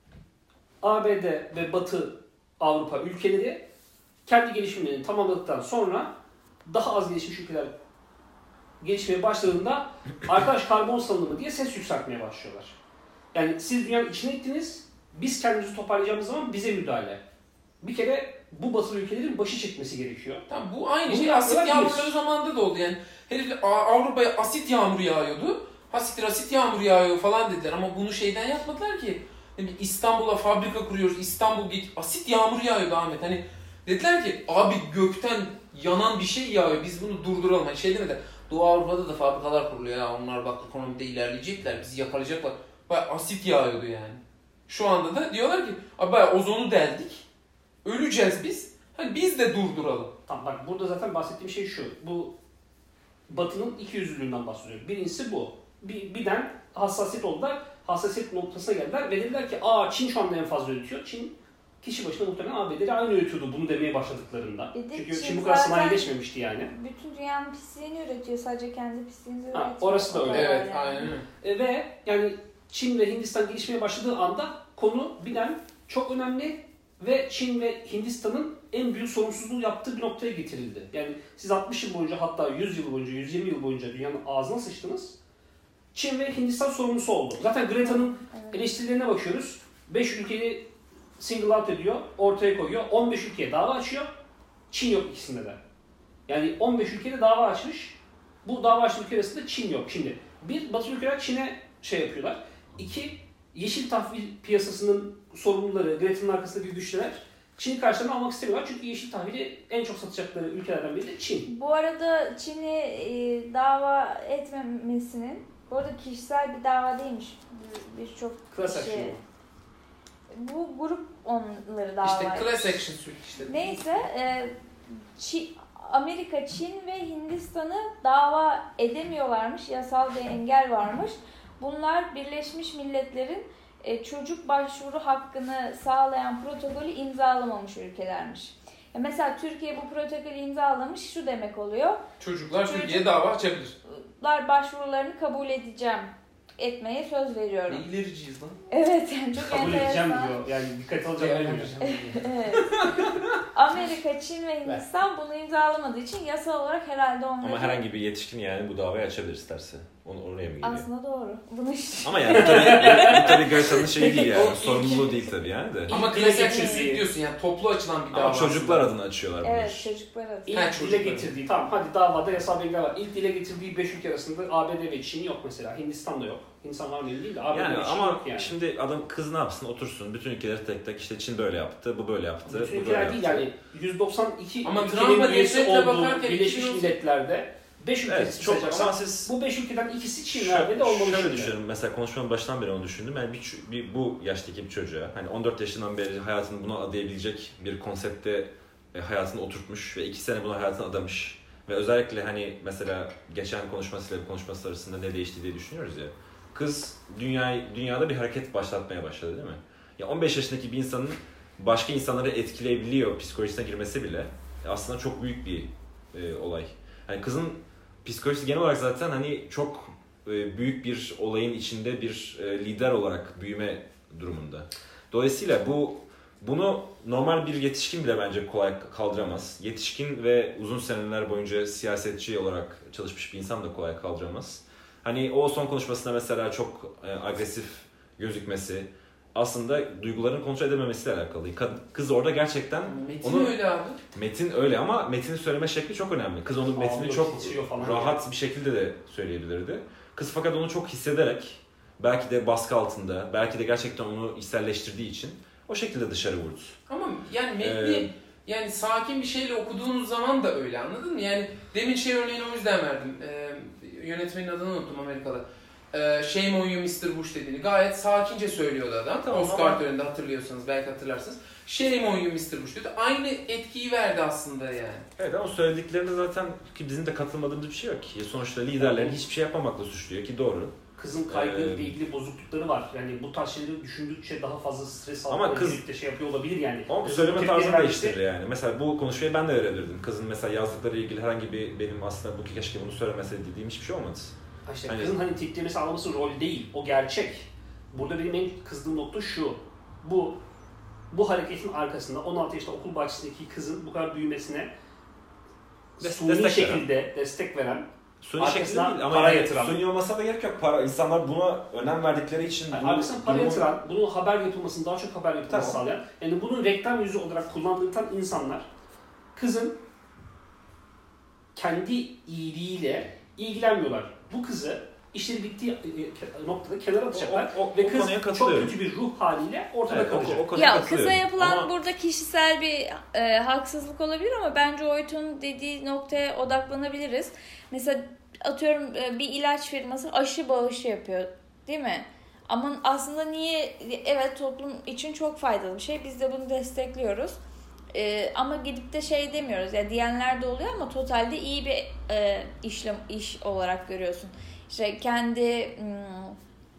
A B D ve Batı Avrupa ülkeleri kendi gelişimlerini tamamladıktan sonra daha az gelişmiş ülkeler gelişmeye başladığında arkadaş karbon salınımı diye ses yükseltmeye başlıyorlar. Yani siz dünyanın içine ettiniz, biz kendimizi toparlayacağımız zaman bize müdahale. Bir kere bu batılı ülkelerin başı çekmesi gerekiyor. Tamam, bu aynı Bunu şey asit yaptılar, yağmurları bir. zamanında da oldu yani. Herifler A- Avrupa'ya asit yağmuru yağıyordu. Asit asit yağmuru yağıyor falan dediler ama bunu şeyden yapmadılar ki. Ne bileyim, İstanbul'a fabrika kuruyoruz, İstanbul git asit yağmuru yağıyordu Ahmet. Hani dediler ki abi gökten yanan bir şey yağıyor, biz bunu durduralım. Hani şey demediler, Doğu Avrupa'da da fabrikalar kuruluyor ya, onlar bak ekonomide ilerleyecekler, bizi yakalayacaklar. Bayağı asit yağıyordu yani. Şu anda da diyorlar ki abi bayağı ozonu deldik, öleceğiz biz. Hani biz de durduralım. Tamam bak burada zaten bahsettiğim şey şu. Bu Batı'nın iki yüzlülüğünden bahsediyorum. Birincisi bu. Bir, birden hassasiyet oldular. Hassasiyet noktasına geldiler ve dediler ki aa Çin şu anda en fazla üretiyor. Çin kişi başına muhtemelen A B D'de aynı üretiyordu bunu demeye başladıklarında. Bir de Çünkü Çin Çin bu kadar zaten- sanayileşmemişti yani. Bütün dünyanın pisliğini üretiyor. Sadece kendi pisliğini Ha, üretiyor. orası da öyle. O kadar Evet, yani. aynen öyle. E, ve yani Çin ve Hindistan gelişmeye başladığı anda konu birden çok önemli ve Çin ve Hindistan'ın en büyük sorumsuzluğu yaptığı bir noktaya getirildi. Yani siz altmış yıl boyunca hatta yüz yıl boyunca, yüz yirmi yıl boyunca dünyanın ağzına sıçtınız. Çin ve Hindistan sorumlusu oldu. Zaten Greta'nın Evet. eleştirilerine bakıyoruz. beş ülkeyi single out ediyor, ortaya koyuyor. on beş ülkeye dava açıyor. Çin yok ikisinde de. Yani on beş ülkede dava açmış. Bu dava açtığı ülke arasında Çin yok. Şimdi bir, Batı ülkeler Çin'e şey yapıyorlar. İki, yeşil tahvil piyasasının sorumluları, Greta'nın arkasındaki güçler Çin'i karşılarına almak istemiyorlar. Çünkü yeşil tahvili en çok satacakları ülkelerden biri de Çin. Bu arada Çin'i e, dava etmemesinin, bu arada kişisel bir dava değilmiş. Bir- Birçok Class kişi. action Bu grup onları dava İşte etmiş. class action suit işte. Neyse, e, Çi- Amerika, Çin ve Hindistan'ı dava edemiyorlarmış. Yasal bir engel varmış. Bunlar Birleşmiş Milletler'in e, çocuk başvuru hakkını sağlayan protokolü imzalamamış ülkelermiş. Ya mesela Türkiye bu protokolü imzalamış, şu demek oluyor. Çocuklar Çocuk- Türkiye'ye dava açabilir. Bunlar başvurularını kabul edeceğim, etmeye söz Ne veriyorum. ilericiyiz lan. Evet, yani çok kabul edeceğim enteresan. diyor. Yani dikkat alacağım demiyor. Evet. Amerika, Çin ve Hindistan bunu imzalamadığı için yasal olarak herhalde onları... Ama herhangi bir yetişkin yani bu davayı açabilir isterse. Onu oraya mı geliyor? Aslında doğru. Bunu işte. Ama yani bu tabii, bu tabii Gretan'ın şeyi değil yani. O Sorumluluğu ilk- değil tabii yani de. Ama Dile klasik getirdiği- çözüm diyorsun yani toplu açılan bir dava. Ama çocuklar aslında. adına açıyorlar bunu. Evet, çocuklar arasında. İlk Ha, dile çocuklar. getirdiği, tamam hadi davada yasal belgeler var. İlk dile getirdiği beş ülke arasında A B D ve Çin yok mesela. Hindistan'da yok. Hindistan var mı değil de A B D Yani ve Çin ama yok yani. şimdi adam kız ne yapsın otursun bütün ülkeleri tek tek işte Çin böyle yaptı, bu böyle yaptı, Bütün bu böyle ülkeler yaptı. değil yani yüz doksan iki Ama ülkenin Trump'a üyesi nefretle olduğu bakarken Birleşmiş iki bin on- Milletler'de beş ülkesi Evet çok sayacak ama ama siz bu beş ülkeden ikisi Çin Şö- verdi de olmamış. şöyle şimdi. düşünün mesela konuşmanın başından beri onu düşündüm. Yani bir, ç- bir bu yaştaki bir çocuğa hani on dört yaşından beri hayatını buna adayabilecek bir konsepte e, hayatını oturtmuş ve iki sene buna hayatını adamış. Ve özellikle hani mesela geçen konuşmasıyla bu konuşması arasında ne değişti diye düşünüyoruz ya. Kız dünyayı, dünyada bir hareket başlatmaya başladı değil mi? Ya on beş yaşındaki bir insanın başka insanları etkileyebiliyor psikolojisine girmesi bile aslında çok büyük bir e, olay. Yani kızın psikolojisi genel olarak zaten hani çok e, büyük bir olayın içinde bir e, lider olarak büyüme durumunda. Dolayısıyla bu bunu normal bir yetişkin bile bence kolay kaldıramaz. Yetişkin ve uzun seneler boyunca siyasetçi olarak çalışmış bir insan da kolay kaldıramaz. Hani o son konuşmasında mesela çok e, agresif gözükmesi aslında duygularını kontrol edememesiyle alakalı. Kad- Kız orada gerçekten Metin onu- öyle abi. Metin öyle ama Metin'in söyleme şekli çok önemli. Kız onun metnini Ağlıyor, çok titriyor falan rahat bir şekilde de söyleyebilirdi. Kız fakat onu çok hissederek belki de baskı altında, belki de gerçekten onu içselleştirdiği için o şekilde dışarı vurdu. Ama yani metni Ee, yani sakin bir şeyle okuduğunuz zaman da öyle anladın mı? Yani demin şey örneğini o yüzden verdim. Ee, yönetmenin adını unuttum Amerika'da. Ee, Shame on you mister Bush dediğini gayet sakince söylüyordu adam. Tamam, Oscar ama- töreninde hatırlıyorsanız belki hatırlarsınız. Shame on you mister Bush diyordu. Aynı etkiyi verdi aslında yani. Evet ama söylediklerinde zaten ki bizim de katılmadığımız bir şey yok ki. Sonuçta liderlerin hiçbir şey yapmamakla suçluyor ki doğru. Kızın kaygıyla Ee, ilgili bozuklukları var. Yani bu tarz şeyleri düşündükçe daha fazla stres Ama altında kız- girip de şey yapıyor olabilir yani. Ama Kızın söyleme tepki tarzını vermesi- değiştirir yani. Mesela bu konuşmayı ben de verebilirdim. Kızın mesela yazdıkları ilgili herhangi bir benim aslında bu keşke bunu söylemeseydi dediğim hiçbir şey olmadı. Ha İşte Hani- kızın hani tiplemesi ağlaması rol değil, o gerçek. Burada benim en kızdığım nokta şu. Bu bu hareketin arkasında on altı yaşında okul bahçesindeki kızın bu kadar büyümesine Des- suni destek veren. şekilde destek veren, Suni Arkasına şekilde değil ama para yani yatıran. suni olmasa da gerek yok. Para, insanlar buna önem verdikleri için yani bunu- arkasına para durumu- yatıran, bunun haber yapılmasını, daha çok haber yapılmasını Tamam. sağlayan, yani bunun reklam yüzü olarak kullandırtan insanlar kızın kendi iyiliğiyle ilgilenmiyorlar. Bu kızı işleri bittiği e, noktada kenara atacaklar O- o- ve o kız konuya çok katılıyorum. kötü bir ruh haliyle ortada Evet, o- kalacak. o konuya Ya katılıyorum. kıza yapılan Ama- burada kişisel bir e, haksızlık olabilir ama bence Oytun'un dediği noktaya odaklanabiliriz. Mesela atıyorum e, bir ilaç firması aşı bağışı yapıyor değil mi? Ama aslında niye? Evet, toplum için çok faydalı bir şey. Biz de bunu destekliyoruz. E, ama gidip de şey demiyoruz. Ya diyenler de oluyor ama totalde iyi bir e, işlem iş olarak görüyorsun. İşte kendi hmm,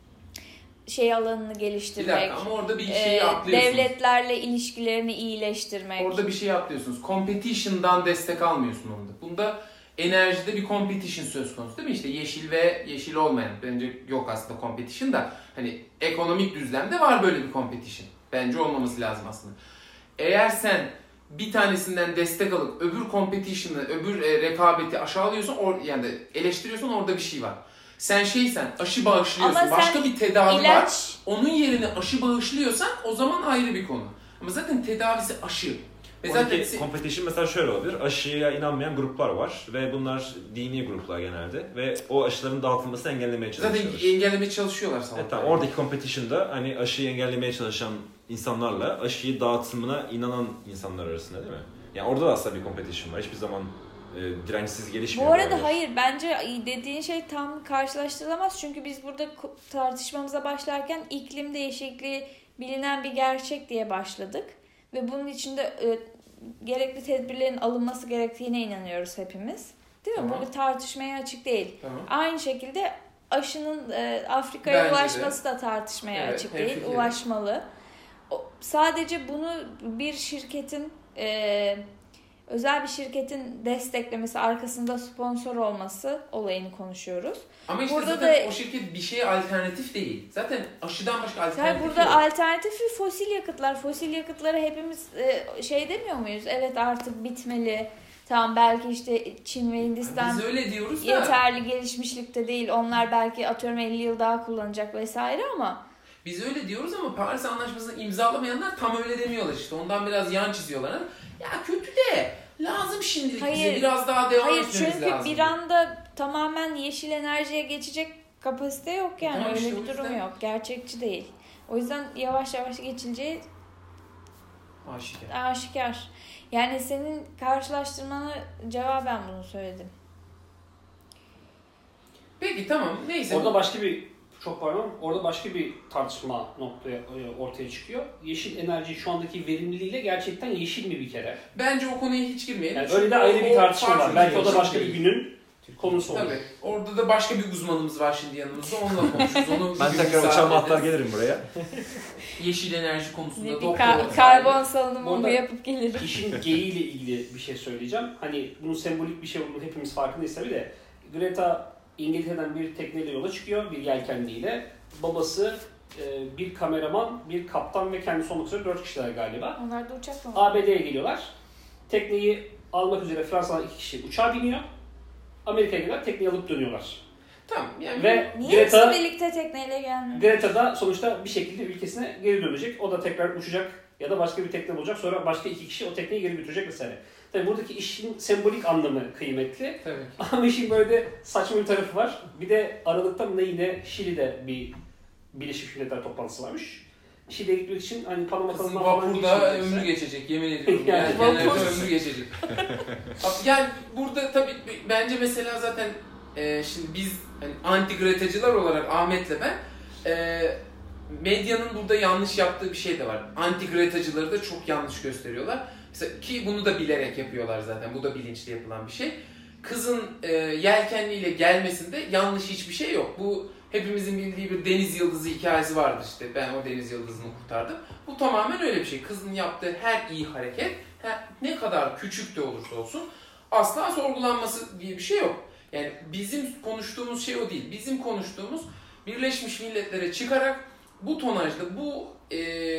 şey alanını Bir geliştirmek. dakika ama orada bir Ee, şeyi atlıyorsunuz. devletlerle ilişkilerini iyileştirmek. Orada bir şey atlıyorsunuz. Competition'dan destek almıyorsun onda. Bunda enerjide bir competition söz konusu değil mi? İşte yeşil ve yeşil olmayan. Bence yok aslında competition da. Hani ekonomik düzlemde var böyle bir competition. Bence olmaması lazım aslında. Eğer sen bir tanesinden destek alıp öbür competition'ı, öbür e, rekabeti aşağılıyorsan, or, yani eleştiriyorsan orada bir şey var. Sen şeysen aşı bağışlıyorsun, Ama sen başka bir tedavi var. İlaç, Onun yerine aşı bağışlıyorsan o zaman ayrı bir konu. Ama zaten tedavisi aşı. Ve zaten Oradaki se- competition mesela şöyle olabilir. Aşıya inanmayan gruplar var ve bunlar dini gruplar genelde ve o aşıların dağıtılmasını engellemeye zaten çalışıyorlar. engellemeye çalışıyorlar sana. Evet, tamam. Oradaki competition'da hani aşıyı engellemeye çalışan insanlarla aşıyı dağıtımına inanan insanlar arasında değil mi? Yani orada da aslında bir competition var. Hiçbir zaman e, dirençsiz gelişmiyor. bu arada böyle. hayır, bence dediğin şey tam karşılaştırılamaz. Çünkü biz burada ko- tartışmamıza başlarken iklim değişikliği bilinen bir gerçek diye başladık. Ve bunun içinde e, gerekli tedbirlerin alınması gerektiğine inanıyoruz hepimiz. Değil mi? Tamam. Bu bir tartışmaya açık değil. Tamam. Aynı şekilde aşının e, Afrika'ya Bence de. ulaşması da tartışmaya Evet, açık değil. hemfikirim. Ulaşmalı. O, sadece bunu bir şirketin e, özel bir şirketin desteklemesi, arkasında sponsor olması olayını konuşuyoruz. Ama işte Burada zaten da- o şirket bir şeye alternatif değil. Zaten aşıdan başka alternatif Yani burada yok. alternatifi fosil yakıtlar. Fosil yakıtlara hepimiz e, şey demiyor muyuz? Evet, artık bitmeli. Tamam belki işte Çin ve Hindistan Biz öyle diyoruz da. yeterli gelişmişlikte değil. Onlar belki atıyorum elli yıl daha kullanacak vesaire ama Biz öyle diyoruz ama Paris Anlaşması'nı imzalamayanlar tam öyle demiyorlar işte. Ondan biraz yan çiziyorlar. Ya kötü de lazım şimdilik Hayır. bize biraz daha devam hayır etmemiz çünkü lazım. bir anda tamamen yeşil enerjiye geçecek kapasite yok yani. Tamam Öyle işte, bir o durum yüzden- yok. Gerçekçi değil. O yüzden yavaş yavaş geçileceği Aşikar. aşikar. Yani senin karşılaştırmana cevaben bunu söyledim. Peki tamam neyse. Orada bu- başka bir çok pardon. Orada başka bir tartışma noktaya e, ortaya çıkıyor. Yeşil enerji şu andaki verimliliğiyle gerçekten yeşil mi bir kere? Bence o konuya hiç girmeyelim. Yani Çünkü öyle de ayrı o- bir tartışma farklı var. Belki o da şey başka bir değil. günün konusu olur. Tabii. Orada da başka bir uzmanımız var şimdi yanımızda. Onunla konuşuruz. Onu Ben bir gün tekrar misafir uçağıma atlar ederiz. gelirim buraya. Yeşil enerji konusunda Bir doktor kar- olmak karbon lazım. salınımı Bu arada- yapıp gelirim. İşin geyiğiyle ilgili bir şey söyleyeceğim. Hani bunun sembolik bir şey olduğunu hepimiz farkındayız tabii de. Greta İngiltere'den bir tekneyle yola çıkıyor, bir yelkenliyle. Babası e, bir kameraman, bir kaptan ve kendisi olmak üzere dört kişiler galiba. Onlar da uçak mı? A B D'ye geliyorlar. Tekneyi almak üzere Fransa'dan iki kişi uçağa biniyor. Amerika'ya gidiyorlar, tekneyi alıp dönüyorlar. Tamam yani Ve Niye Greta, hepsi birlikte tekneyle gelmiyor? Greta da sonuçta bir şekilde ülkesine geri dönecek. O da tekrar uçacak ya da başka bir tekne bulacak. Sonra başka iki kişi o tekneyi geri götürecek vesaire. Tabii buradaki işin sembolik anlamı kıymetli. tabii. Ama işin böyle de saçma bir tarafı var. Bir de Aralık'ta mı ne yine Şili'de bir Birleşmiş Milletler toplantısı varmış. Şili'ye gitmek için hani Panama Kızın kanalından falan vapurda geçiyor. ömrü geçecek yemin ediyorum. Yani Yani genelde vapur. ömrü geçecek. Yani burada tabii bence mesela zaten e, şimdi biz hani anti Greta'cılar olarak Ahmet'le ben e, medyanın burada yanlış yaptığı bir şey de var. Anti Greta'cıları da çok yanlış gösteriyorlar. Mesela, ki bunu da bilerek yapıyorlar zaten. Bu da bilinçli yapılan bir şey. Kızın e, yelkenliyle gelmesinde yanlış hiçbir şey yok. Bu hepimizin bildiği bir deniz yıldızı hikayesi vardır işte. Ben o deniz yıldızını kurtardım. Bu tamamen öyle bir şey. Kızın yaptığı her iyi hareket, her, ne kadar küçük de olursa olsun asla sorgulanması diye bir şey yok. Yani bizim konuştuğumuz şey o değil. Bizim konuştuğumuz Birleşmiş Milletler'e çıkarak bu tonajda, bu e,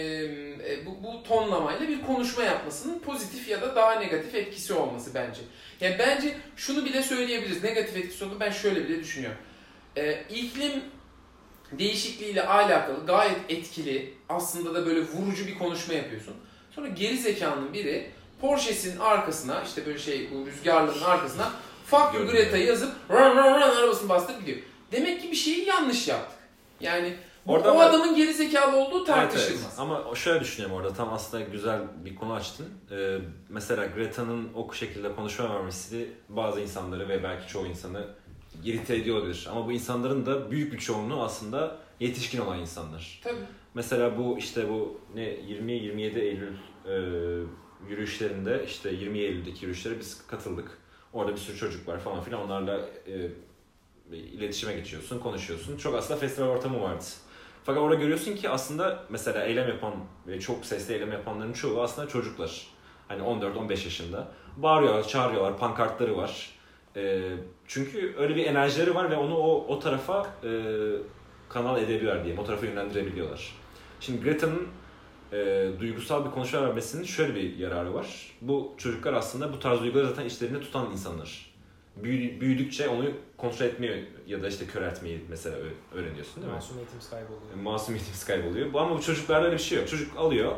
e, bu, bu tonlamayla bir konuşma yapmasının pozitif ya da daha negatif etkisi olması bence. Yani bence şunu bile söyleyebiliriz. Negatif etkisi olduğunu ben şöyle bile düşünüyorum. E, iklim değişikliğiyle alakalı gayet etkili, aslında da böyle vurucu bir konuşma yapıyorsun. Sonra geri zekanın biri Porsche'sinin arkasına, işte böyle şey bu rüzgarlığın arkasına fuck you Greta yazıp run run run arabasını bastırıp gidiyor. Demek ki bir şeyi yanlış yaptık. Yani Orada o ama- adamın geri zekalı olduğu Evet, tartışılmaz. evet. Ama şöyle düşünüyorum orada tam aslında güzel bir konu açtın. Ee, mesela Greta'nın o şekilde konuşma vermesi bazı insanları ve belki çoğu insanı irite ediyor olabilir. Ama bu insanların da büyük bir çoğunluğu aslında yetişkin olan insanlar. Tabii. Mesela bu işte bu ne yirmi yirmi yedi Eylül e, yürüyüşlerinde işte yirmi Eylül'deki yürüyüşlere biz katıldık. Orada bir sürü çocuk var falan filan onlarla e, iletişime geçiyorsun, konuşuyorsun. Çok aslında festival ortamı vardı. Fakat orada görüyorsun ki aslında mesela eylem yapan ve çok sesli eylem yapanların çoğu aslında çocuklar. Hani on dört on beş yaşında. Bağırıyorlar, çağırıyorlar, pankartları var. E, çünkü öyle bir enerjileri var ve onu o, o tarafa e, kanal edebiliyorlar diye, o tarafa yönlendirebiliyorlar. Şimdi Greta'nın e, duygusal bir konuşma vermesinin şöyle bir yararı var. Bu çocuklar aslında bu tarz duyguları zaten içlerinde tutan insanlar. Büyü, büyüdükçe onu kontrol etmeyi ya da işte köreltmeyi mesela öğreniyorsun değil mi? Masumiyetimiz kayboluyor. Masumiyetimiz kayboluyor. Bu ama bu çocuklarda öyle bir şey yok. Çocuk alıyor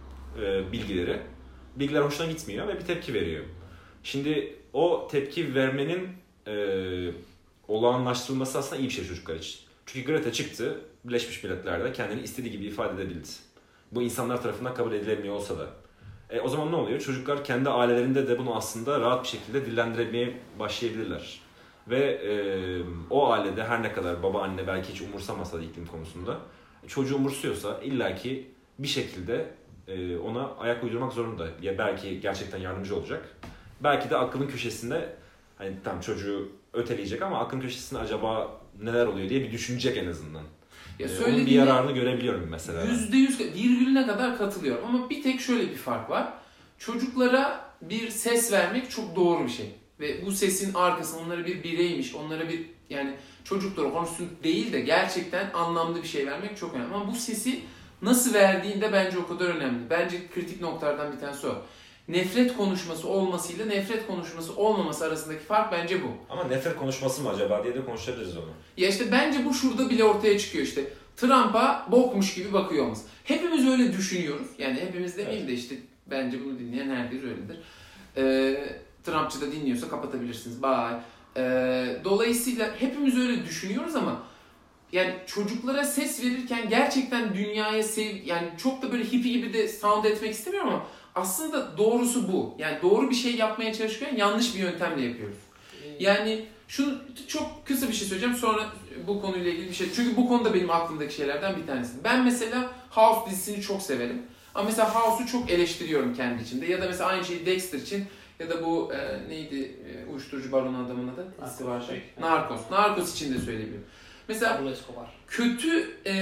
e, bilgileri. Bilgiler hoşuna gitmiyor ve bir tepki veriyor. Şimdi o tepki vermenin e, olağanlaştırılması aslında iyi bir şey çocuklar için. Çünkü Greta çıktı, Birleşmiş Milletler'de kendini istediği gibi ifade edebildi. Bu insanlar tarafından kabul edilemiyor olsa da. E, o zaman ne oluyor? Çocuklar kendi ailelerinde de bunu aslında rahat bir şekilde dillendirmeye başlayabilirler. Ve e, o ailede her ne kadar baba anne belki hiç umursamasa da iklim konusunda çocuğu umursuyorsa illaki bir şekilde e, ona ayak uydurmak zorunda. Ya belki gerçekten yardımcı olacak. Belki de aklının köşesinde hani tam çocuğu öteleyecek ama aklın köşesinde acaba neler oluyor diye bir düşünecek en azından. Ya Ee, onun bir yararını görebiliyorum mesela. yüzde yüz virgülüne kadar katılıyorum ama bir tek şöyle bir fark var. Çocuklara bir ses vermek çok doğru bir şey. Ve bu sesin arkasında onlara bir bireymiş, onlara bir yani çocuklara konuşsun değil de gerçekten anlamlı bir şey vermek çok önemli. Ama bu sesi nasıl verdiğinde bence o kadar önemli. Bence kritik noktalardan bir tanesi o. nefret konuşması olmasıyla nefret konuşması olmaması arasındaki fark bence bu. Ama nefret konuşması mı acaba diye de konuşabiliriz onu. Ya işte bence bu şurada bile ortaya çıkıyor işte. Trump'a bokmuş gibi bakıyor olması. Hepimiz öyle düşünüyoruz. Yani hepimiz demeyeyim de işte bence bunu dinleyen herkes öyledir. Ee, Trumpçı da dinliyorsa kapatabilirsiniz. Bye. Ee, dolayısıyla hepimiz öyle düşünüyoruz ama yani çocuklara ses verirken gerçekten dünyaya sev... Yani çok da böyle hippie gibi de sound etmek istemiyorum ama aslında doğrusu bu. Yani doğru bir şey yapmaya çalışırken yanlış bir yöntemle yapıyoruz. Yani şunu çok kısa bir şey söyleyeceğim sonra bu konuyla ilgili bir şey. Çünkü bu konuda benim aklımdaki şeylerden bir tanesi. Ben mesela House dizisini çok severim. Ama mesela House'u çok eleştiriyorum kendi içimde. Ya da mesela aynı şeyi Dexter için ya da bu e, neydi e, uyuşturucu baronu adamın adı? Narcos. Var şey. Narcos. Narcos için de söyleyebilirim. Mesela kötü e,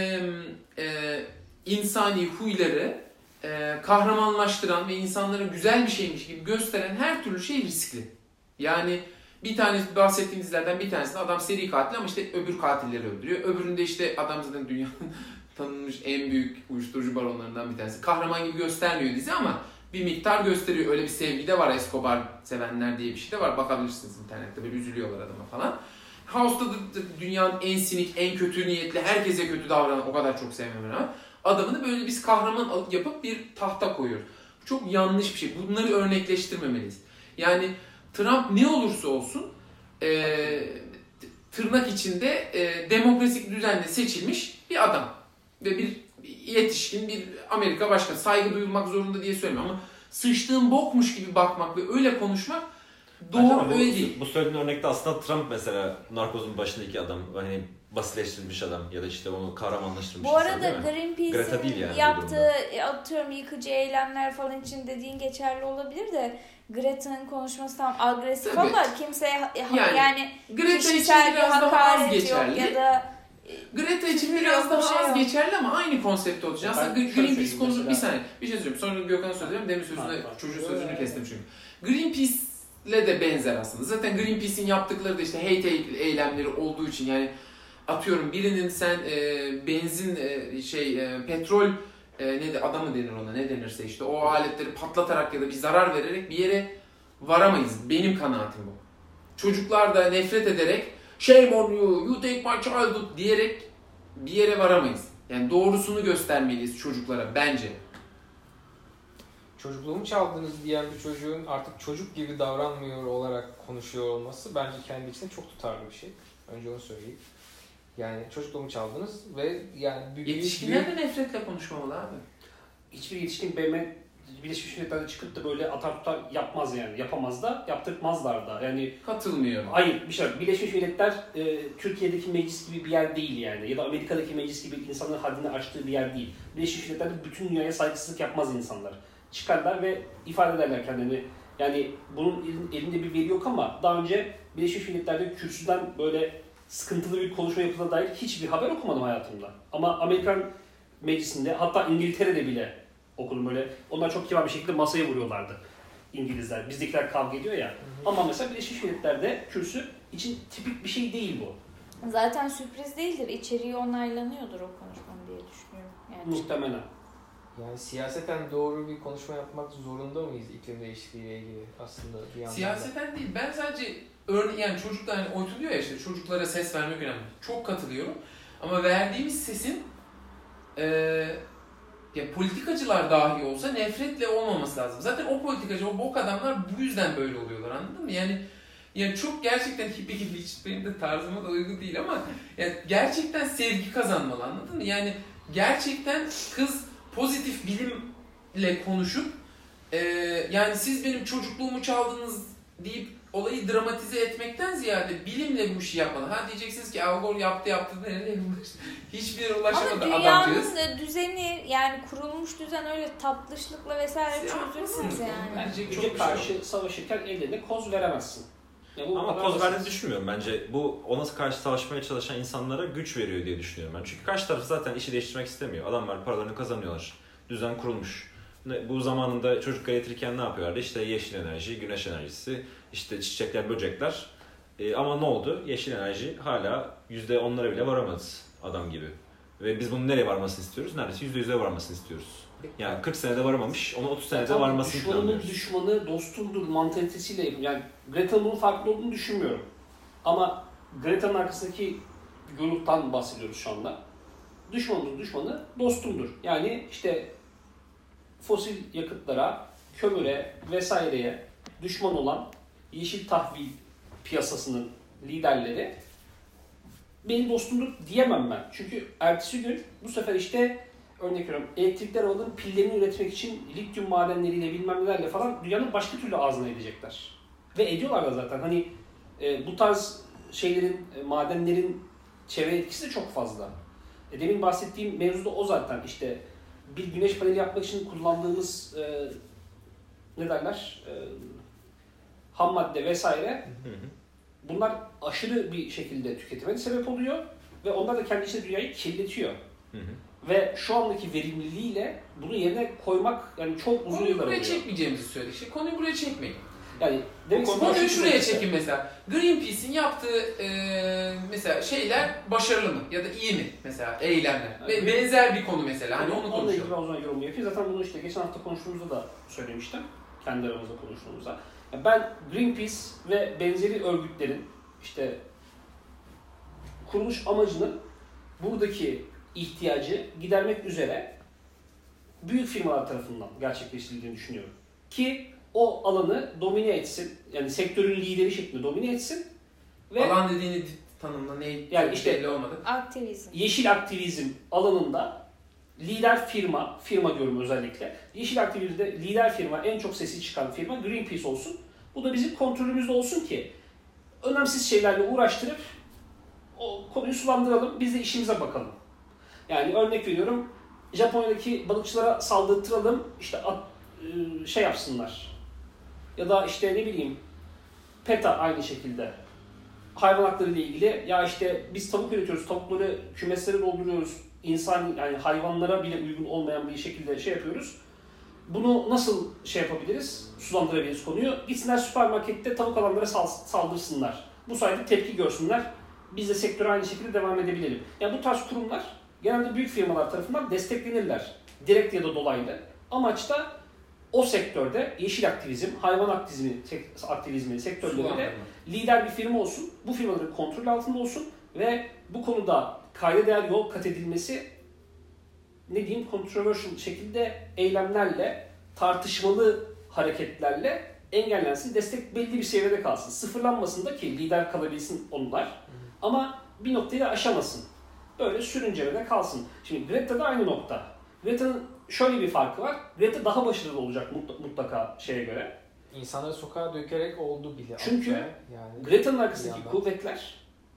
e, insani huyları e, kahramanlaştıran ve insanlara güzel bir şeymiş gibi gösteren her türlü şey riskli. Yani bir tane bahsettiğim dizilerden bir tanesinde adam seri katil ama işte öbür katilleri öldürüyor. Öbüründe işte adam zaten dünyanın tanınmış en büyük uyuşturucu baronlarından bir tanesi. Kahraman gibi göstermiyor dizi ama bir miktar gösteriyor. Öyle bir sevgi de var. Escobar sevenler diye bir şey de var. Bakabilirsiniz internette. Böyle üzülüyorlar adama falan. House'da da dünyanın en sinik, en kötü niyetli, herkese kötü davranan, o kadar çok sevmem ama adamını böyle biz kahraman yapıp bir tahta koyuyoruz. Bu çok yanlış bir şey. Bunları örnekleştirmemeliyiz. Yani Trump ne olursa olsun e, tırnak içinde e, demokratik düzenle seçilmiş bir adam. Ve bir yetişkin bir Amerika başkanı. Saygı duyulmak zorunda diye söylemiyorum ama sıçtığın bokmuş gibi bakmak ve öyle konuşmak doğru, öyle değil. Bu söylediğin örnekte aslında Trump mesela Narcos'un başındaki adam, hani basitleştirilmiş adam ya da işte onu kahramanlaştırmış bu insan, arada Greenpeace'in yani yaptığı atıyorum yıkıcı eylemler falan için dediğin geçerli olabilir de Greta'nın konuşması tam agresif tabii. Ama kimseye yani, yani Greta için biraz daha az geçerli. Ya da Greta için biraz daha az şey geçerli ama aynı konsepte olacak. Aslında Greenpeace konusu bir saniye. Bir şey söyleyeyim. Sonra Gökhan'a söyleyeyim. Demin sözüne, çocuğun sözünü kestim çünkü. Greenpeace'le de benzer aslında. Zaten Greenpeace'in yaptıkları da işte hate eylemleri olduğu için yani atıyorum birinin sen e, benzin e, şey e, petrol e, ne de adamı denir ona ne denirse işte o aletleri patlatarak ya da bir zarar vererek bir yere varamayız. Benim kanaatim bu. Çocuklar da nefret ederek shame on you, you take my childhood diyerek bir yere varamayız. Yani doğrusunu göstermeliyiz çocuklara bence. Çocukluğumu çaldınız diyen bir çocuğun artık çocuk gibi davranmıyor olarak konuşuyor olması bence kendi içinde çok tutarlı bir şey. Önce onu söyleyeyim. Yani çocukluğumu çaldınız ve yani... Yetişkinler de nefretle konuşmamalı abi. Hiçbir yetişkin B M Birleşmiş Milletler'de çıkıp da böyle atar tutar yapmaz yani. Yapamaz da, yaptırtmazlar da. Yani katılmıyorum. Hayır, bir şey var. Birleşmiş Milletler e, Türkiye'deki meclis gibi bir yer değil yani. Ya da Amerika'daki meclis gibi insanların haddini aştığı bir yer değil. Birleşmiş Milletler'de bütün dünyaya saygısızlık yapmaz insanlar. Çıkarlar ve ifade ederler kendilerini. Yani bunun elinde bir veri yok ama daha önce Birleşmiş Milletler'de kürsüden böyle sıkıntılı bir konuşma yapıldığına dair hiçbir haber okumadım hayatımda. Ama Amerikan meclisinde, hatta İngiltere'de bile okudum böyle. Onlar çok kibar bir şekilde masaya vuruyorlardı İngilizler. Bizdekiler kavga ediyor ya. Hı hı. Ama mesela Birleşmiş Milletler'de kürsü için tipik bir şey değil bu. Zaten sürpriz değildir. İçeriği onaylanıyordur o konuşmanın diye düşünüyorum. Yani muhtemelen. Yani siyaseten doğru bir konuşma yapmak zorunda mıyız iklim değişikliğiyle ilgili aslında bir yandan? Siyaseten değil. Ben sadece örneğin yani çocuklar hani oytuluyor ya işte çocuklara ses vermek önemli. Çok katılıyorum. Ama verdiğimiz sesin ee, ya politikacılar dahi olsa nefretle olmaması lazım. Zaten o politikacı, o bok adamlar bu yüzden böyle oluyorlar, anladın mı? Yani yani çok gerçekten hippie gibi, hiç benim de tarzıma da uygun değil ama yani gerçekten sevgi kazanmalı, anladın mı? Yani gerçekten kız pozitif bilimle konuşup e, yani siz benim çocukluğumu çaldınız deyip olayı dramatize etmekten ziyade bilimle bu işi yapmalı. Ha diyeceksiniz ki Al Gore yaptı yaptı nereye ulaştı? Hiçbir yere ulaşamadı ama adamcağız. Ama dünyanın düzeni yani kurulmuş düzen öyle tatlışlıkla vesaire çözülmez yani. Bence çok karşı şey savaşırken ellerine koz veremezsin. Ama koz verdiğini düşünmüyorum bence. Bu ona karşı savaşmaya çalışan insanlara güç veriyor diye düşünüyorum ben. Çünkü karşı taraf zaten işi değiştirmek istemiyor. Adamlar paralarını kazanıyorlar. Düzen kurulmuş. Bu zamanında çocuk getirirken ne yapıyorlardı? İşte yeşil enerji, güneş enerjisi, işte çiçekler, böcekler. Ee, ama ne oldu? Yeşil enerji hala yüzde onlara bile varamadı adam gibi. Ve biz bunun nereye varmasını istiyoruz? Neredeyse yüzde yüze varmasını istiyoruz. Yani kırk senede varamamış, onu otuz senede Zaten varmasını düşmanımın planlıyoruz. düşmanı dostumdur mantalitesiyle, yani Greta'nın bunun farklı olduğunu düşünmüyorum. Ama Greta'nın arkasındaki gruptan bahsediyoruz şu anda. Düşmanımın düşmanı dostumdur. Yani işte fosil yakıtlara, kömüre vesaireye düşman olan yeşil tahvil piyasasının liderleri benim dostumdur diyemem ben. Çünkü ertesi gün bu sefer işte örnek veriyorum elektrikli arabaların pillerini üretmek için lityum madenleriyle bilmem nelerle falan dünyanın başka türlü ağzına edecekler. Ve ediyorlar da zaten. Hani e, bu tarz şeylerin, e, madenlerin çevre etkisi de çok fazla. E, demin bahsettiğim mevzu da o zaten. İşte bir güneş paneli yapmak için kullandığımız e, ne derler? E, ham madde vesaire. Hı hı. Bunlar aşırı bir şekilde tüketime de sebep oluyor ve onlar da kendi içinde dünyayı kirletiyor. Hı hı. Ve şu andaki verimliliğiyle bunu yerine koymak yani çok uzun Konuyu yıllar buraya oluyor. çekmeyeceğimizi söyledik. İşte konuyu buraya çekmeyin. Yani demek Bu istediğim konuyu şu şuraya mesela. çekin mesela. Greenpeace'in yaptığı e, mesela şeyler başarılı mı? Ya da iyi mi? Mesela eylemler. Ve Yani- benzer bir konu mesela. Hani Yani onu onunla ilgili konuşalım. ben o zaman yorum yapayım. Zaten bunu işte geçen hafta konuştuğumuzda da söylemiştim. Kendi aramızda konuştuğumuzda. Yani ben Greenpeace ve benzeri örgütlerin işte kuruluş amacının buradaki ihtiyacı gidermek üzere büyük firmalar tarafından gerçekleştirildiğini düşünüyorum. Ki o alanı domine etsin, yani sektörün lideri şeklinde domine etsin ve Alan dediğini tanımla ne? Yani işte- belli olmadı. Aktivizm. yeşil aktivizm alanında lider firma, firma diyorum özellikle, yeşil aktivizmde lider firma, en çok sesi çıkan firma Greenpeace olsun. Bu da bizim kontrolümüzde olsun ki önemsiz şeylerle uğraştırıp o konuyu sulandıralım, biz de işimize bakalım. Yani örnek veriyorum, Japonya'daki balıkçılara saldırtıralım, işte at, e, şey yapsınlar. Ya da işte ne bileyim, PETA aynı şekilde. Hayvan hakları ile ilgili, ya işte biz tavuk üretiyoruz, tavukları kümeslere dolduruyoruz, insan yani hayvanlara bile uygun olmayan bir şekilde şey yapıyoruz. Bunu nasıl şey yapabiliriz, sulandırabiliriz konuyu? Gitsinler süpermarkette tavuk alanlara sal- saldırsınlar. Bu sayede tepki görsünler. Biz de sektöre aynı şekilde devam edebilelim. Yani bu tarz kurumlar genelde büyük firmalar tarafından desteklenirler. Direkt ya da dolaylı. Amaç da o sektörde yeşil aktivizm, hayvan aktivizmi, aktivizmi sektörlerinde Sulandırma. lider bir firma olsun, bu firmaların kontrol altında olsun ve bu konuda kayda değer yol kat edilmesi ne diyeyim controversial şekilde eylemlerle, tartışmalı hareketlerle engellensin, destek belli bir seviyede kalsın. Sıfırlanmasın da ki lider kalabilsin onlar ama bir noktayı da aşamasın. Böyle sürüncemede kalsın. Şimdi Greta da aynı nokta. Greta'nın şöyle bir farkı var. Greta daha başarılı olacak mutlaka şeye göre. İnsanları sokağa dökerek oldu bile. Çünkü hatta yani Greta'nın bir arkasındaki yandan. kuvvetler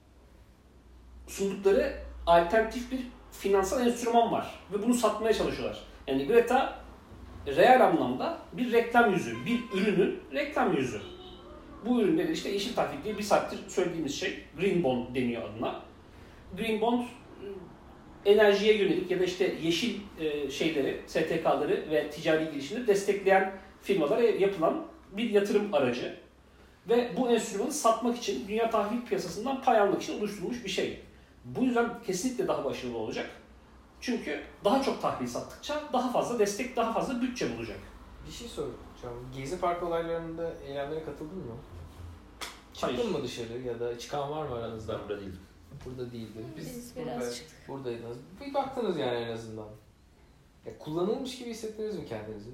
sundukları alternatif bir finansal enstrüman var ve bunu satmaya çalışıyorlar. Yani Greta reel anlamda bir reklam yüzü, bir ürünün reklam yüzü. Bu üründe de işte yeşil tahvil diye bir saattir söylediğimiz şey Green Bond deniyor adına. Green Bond enerjiye yönelik ya da işte yeşil şeyleri, S T K'ları ve ticari girişimleri destekleyen firmalara yapılan bir yatırım aracı. Ve bu enstrümanı satmak için, dünya tahvil piyasasından pay almak için oluşturulmuş bir şey. Bu yüzden kesinlikle daha başarılı olacak. Çünkü daha çok tahvil sattıkça daha fazla destek, daha fazla bütçe bulacak. Bir şey soracağım. Gezi Park olaylarında eylemlere katıldın mı? Çıktın Hayır. mı dışarı ya da çıkan var mı aranızda? Ben burada değilim. Burada değildin. Biz, Biz biraz burada- çıktık. Buradaydınız. Bir baktınız yani en azından. Ya kullanılmış gibi hissettiniz mi kendinizi?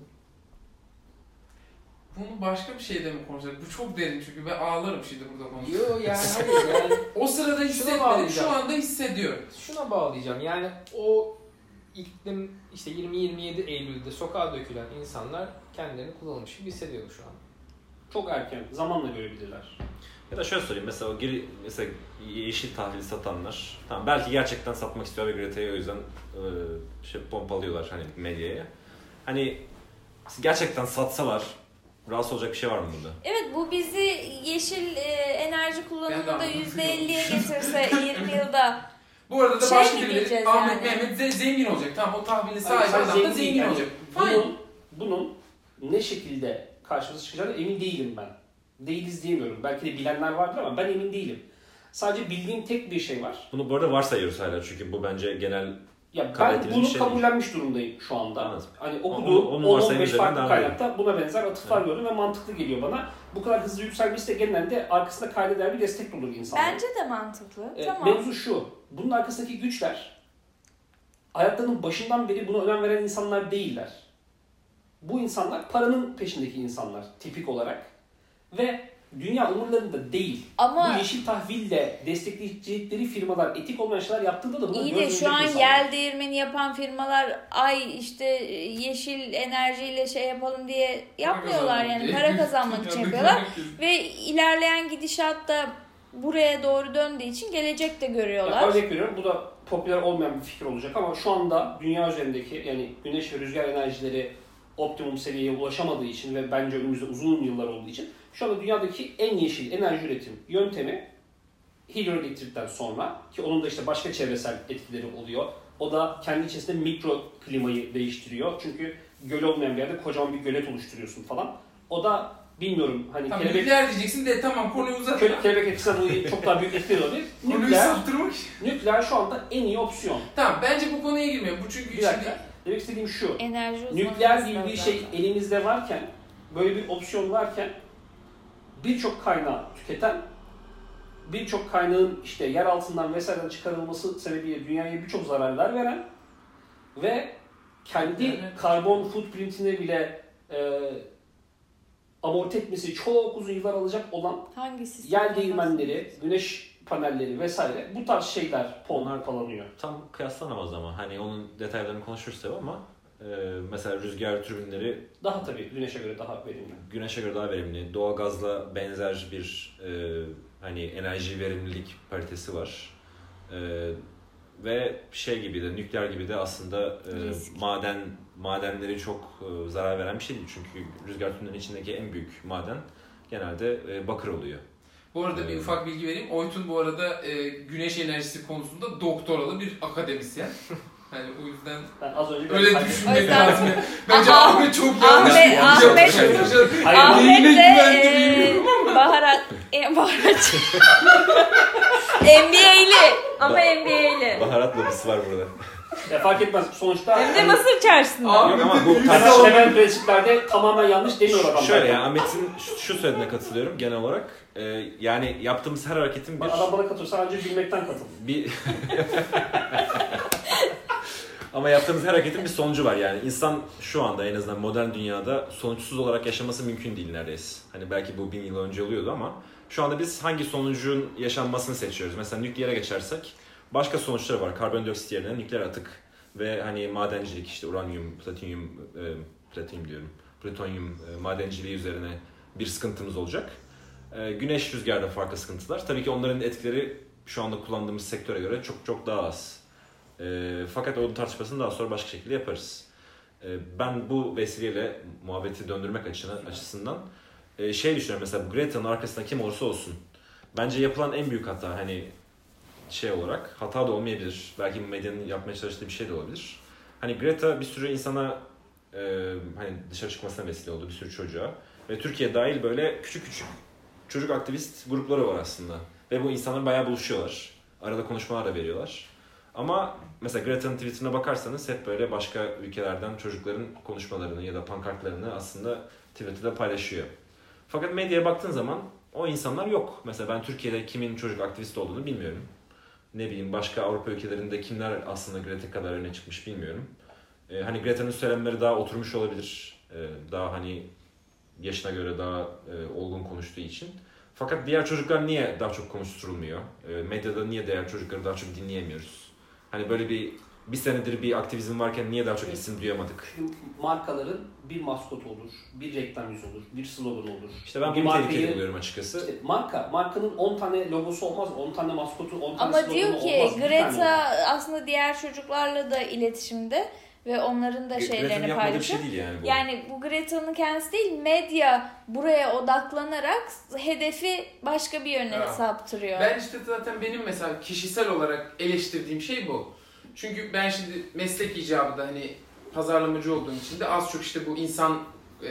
Bunu başka bir şeyde mi konuşacak? Bu çok derin çünkü ben ağlarım şimdi burada konuşuyorum. Yo yani hayır yani O sırada hissetmedim, bağlayacağım. şu anda hissediyorum. şuna bağlayacağım. Yani o iklim işte yirmi yirmi yedi Eylül'de sokağa dökülen insanlar kendilerini kullanılmış gibi hissediyor şu an. Çok erken, zamanla görebilirler. Ya da şöyle sorayım, mesela o geri, mesela yeşil tahvili satanlar, tamam belki gerçekten satmak istiyor ve Greta'yı o yüzden e, şey pompalıyorlar hani medyaya. Hani gerçekten satsalar rahatsız olacak bir şey var mı burada? Evet, bu bizi yeşil e, enerji Ben de kullanımında anladım. yüzde elliye getirse yirmi yılda. Bu arada da Şey başka mi birileri, diyeceğiz Ahmet yani? Mehmet ze- zengin olacak. Tamam o tahvilin Hayır, sahibi sadece adam da zengin zengin yani. olacak. Fine. Bunun, bunun ne şekilde karşımıza çıkacağına emin değilim ben. Değiliz diyemiyorum. Belki de bilenler vardır ama ben emin değilim. Sadece bildiğim tek bir şey var. Bunu bu arada varsayıyoruz hala çünkü bu bence genel Ya kabul ben ettiğimiz bunu bir şey değil. kabullenmiş durumdayım şu anda. Anladım. Hani O- okuduğum onun on on varsayımı beş üzerinden farklı devam kaynakta buna benzer atıflar gördüm ve mantıklı geliyor bana. Bu kadar hızlı yükselmesi de genelde arkasında kaydeder bir destek olur insanlar. Bence de mantıklı. Ee, tamam. Mevzu şu, bunun arkasındaki güçler hayatlarının başından beri buna önem veren insanlar değiller. Bu insanlar paranın peşindeki insanlar tipik olarak ve dünya umurlarında değil. Ama Bu yeşil tahville destekleyecekleri firmalar etik olmayan şeyler yaptığında da buna iyi göz de şu yumacak an insanlar. yel değirmeni yapan firmalar ay işte yeşil enerjiyle şey yapalım diye yapmıyorlar yani para kazanmak için yapıyorlar ve ilerleyen gidişatta buraya doğru döndüğü için gelecek de Ya görüyorlar. örnek veriyorum, bu da popüler olmayan bir fikir olacak ama şu anda dünya üzerindeki yani güneş ve rüzgar enerjileri optimum seviyeye ulaşamadığı için ve bence önümüzde uzun yıllar olduğu için şu anda dünyadaki en yeşil enerji üretim yöntemi hidroelektrikten sonra, ki onun da işte başka çevresel etkileri oluyor. O da kendi içerisinde mikro klimayı değiştiriyor. Çünkü göl olmayan bir yerde kocaman bir gölet oluşturuyorsun falan. O da bilmiyorum hani Tamam, kelebek, nükleer diyeceksin de tamam konuyu uzatma. kele- kelebek etkisinden dolayı çok daha büyük etkileri olabilir. Konuyu Nükleer, saptırmak. nükleer şu anda en iyi opsiyon. Tamam, bence bu konuya girmiyor. Bu çünkü Bir şimdi dakika. Demek istediğim şu. Enerji Nükleer uzmanı gibi bir zaten. şey elimizde varken, böyle bir opsiyon varken birçok kaynağı tüketen, birçok kaynağın işte yer altından vesaireden çıkarılması sebebiyle dünyaya birçok zararlar veren ve kendi Yani- karbon footprintini bile e, amorti etmesi çok uzun yıllar alacak olan Hangi sistem? yer değirmenleri, güneş panelleri vesaire bu tarz şeyler pompalanıyor. Tam kıyaslanamaz ama hani onun detaylarını konuşuruz tabii ama e, mesela rüzgar türbinleri Daha tabii güneşe göre daha verimli. güneşe göre daha verimli. Doğalgazla benzer bir e, hani enerji verimlilik paritesi var. E, ve şey gibi de nükleer gibi de aslında e, Risk. maden madenleri çok e, zarar veren bir şey değil. Çünkü rüzgar türbinlerinin içindeki en büyük maden genelde e, bakır oluyor. bu arada bir Evet. ufak bilgi vereyim. Oytun bu arada e, güneş enerjisi konusunda doktoralı bir akademisyen. Hani o yüzden Ben az önce öyle Hayır. düşünmek O yüzden- lazım. Bence Aha. Ahmet çok yanlış Ahmet- yanlış Ahmet- yapmış. Hayır. Ahmet de Neyine e, güvendireyim baharat, e, baharat. N B A'li ama N B A'li. Baharat lobisi var burada. Ya fark etmez sonuçta. Hem de Mısır çarşısında. Abi Yok ama de bu büyük tartış- salon. Temel prensiplerde tamamen yanlış demiyor adamlar. Şöyle yani Ahmet'in şu, şu söylediğine katılıyorum genel olarak. E, yani yaptığımız her hareketin bir Adam bana katılıyor, sadece bilmekten katıl. bir ama yaptığımız her hareketin bir sonucu var yani. İnsan şu anda en azından modern dünyada sonuçsuz olarak yaşaması mümkün değil neredeyse. Hani belki bu bin yıl önce oluyordu ama şu anda biz hangi sonucun yaşanmasını seçiyoruz. Mesela nükleere geçersek başka sonuçları var. Karbondioksit yerine nükleer atık ve hani madencilik işte uranyum, platinyum, e, platinyum diyorum. Plütonyum e, madenciliği üzerine bir sıkıntımız olacak. E, güneş rüzgarda farklı sıkıntılar. Tabii ki onların etkileri şu anda kullandığımız sektöre göre çok çok daha az. E, fakat onun tartışmasını daha sonra başka şekilde yaparız. E, ben bu vesileyle muhabbeti döndürmek açısından, açısından e, şey düşünüyorum mesela bu Greta'nın arkasında kim olursa olsun. Bence yapılan en büyük hata hani şey olarak hata da olmayabilir. Belki medyanın yapmaya çalıştığı bir şey de olabilir. Hani Greta bir sürü insana e, hani dışarı çıkmasına vesile oldu bir sürü çocuğa. Ve Türkiye dahil böyle küçük küçük çocuk aktivist grupları var aslında. Ve bu insanlar bayağı buluşuyorlar. Arada konuşmalar da veriyorlar. Ama mesela Greta'nın Twitter'ına bakarsanız hep böyle başka ülkelerden çocukların konuşmalarını ya da pankartlarını aslında Twitter'da paylaşıyor. Fakat medyaya baktığın zaman o insanlar yok. Mesela ben Türkiye'de kimin çocuk aktivist olduğunu bilmiyorum. Ne bileyim başka Avrupa ülkelerinde kimler aslında Greta kadar öne çıkmış bilmiyorum. Ee, hani Greta'nın söylemleri daha oturmuş olabilir. Ee, daha hani yaşına göre daha e, olgun konuştuğu için. Fakat diğer çocuklar niye daha çok konuşturulmuyor? E, medyada niye diğer çocukları daha çok dinleyemiyoruz? Hani böyle bir bir senedir bir aktivizm varken niye daha çok isim duyamadık? Markaların bir maskot olur, bir reklam yüzü olur, bir slogan olur. İşte ben Bir bunu markayı- tehlikeli buluyorum açıkçası. İşte marka, markanın on tane logosu olmaz, on tane maskotu, on tane Ama sloganı diyor ki olmaz. Bir tane Greta olur. aslında diğer çocuklarla da iletişimde ve onların da Greta'nın şeylerini yapmadığı bir paylaşıyor. şey değil yani bu. Yani bu Greta'nın kendisi değil, medya buraya odaklanarak hedefi başka bir yöne Evet. saptırıyor. Ben işte zaten benim mesela kişisel olarak eleştirdiğim şey bu. Çünkü ben şimdi meslek icabı da hani pazarlamacı olduğum için de az çok işte bu insan e,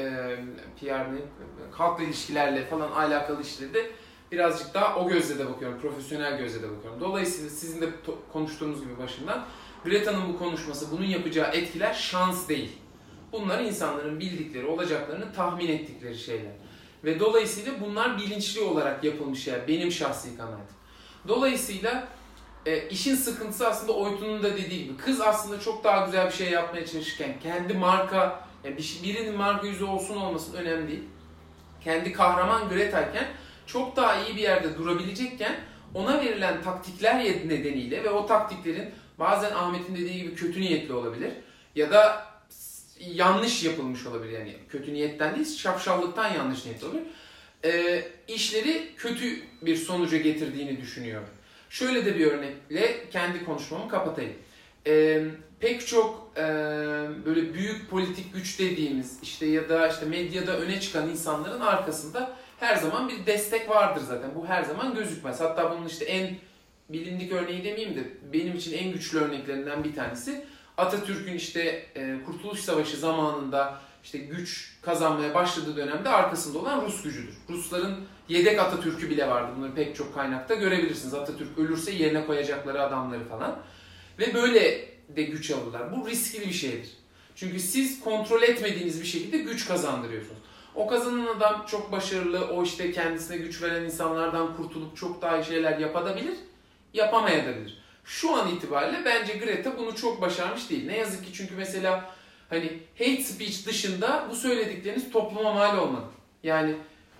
P R ne, halkla ilişkilerle falan alakalı işleri de birazcık daha o gözle de bakıyorum. Profesyonel gözle de bakıyorum. Dolayısıyla sizin de to- konuştuğunuz gibi başından Greta'nın bu konuşması, bunun yapacağı etkiler şans değil. Bunlar insanların bildikleri, olacaklarını tahmin ettikleri şeyler. Ve dolayısıyla bunlar bilinçli olarak yapılmış şeyler. Benim şahsi kanaatim. Dolayısıyla e, işin sıkıntısı aslında Oytun'un da dediği gibi. Kız aslında çok daha güzel bir şey yapmaya çalışırken, kendi marka, yani birinin marka yüzü olsun olmasın önemli değil. Kendi kahraman Greta'yken çok daha iyi bir yerde durabilecekken ona verilen taktikler nedeniyle ve o taktiklerin bazen Ahmet'in dediği gibi kötü niyetli olabilir ya da yanlış yapılmış olabilir. Yani kötü niyetten değil, şapşallıktan yanlış niyetli olabilir. E, işleri kötü bir sonuca getirdiğini düşünüyorum. Şöyle de bir örnekle kendi konuşmamı kapatayım. E, pek çok e, böyle büyük politik güç dediğimiz işte ya da işte medyada öne çıkan insanların arkasında her zaman bir destek vardır zaten. Bu her zaman gözükmez. Hatta bunun işte en bilindik örneği demeyeyim de benim için en güçlü örneklerinden bir tanesi Atatürk'ün işte e, Kurtuluş Savaşı zamanında işte güç kazanmaya başladığı dönemde arkasında olan Rus gücüdür. Rusların yedek Atatürk'ü bile vardı. Bunları pek çok kaynakta görebilirsiniz. Atatürk ölürse yerine koyacakları adamları falan. Ve böyle de güç alırlar. Bu riskli bir şeydir. Çünkü siz kontrol etmediğiniz bir şekilde güç kazandırıyorsunuz. O kazanan adam çok başarılı, o işte kendisine güç veren insanlardan kurtulup çok daha iyi şeyler yapabilir, yapamayabilir. Şu an itibariyle bence Greta bunu çok başarmış değil. Ne yazık ki çünkü mesela hani hate speech dışında bu söyledikleriniz topluma mal olmadı. Yani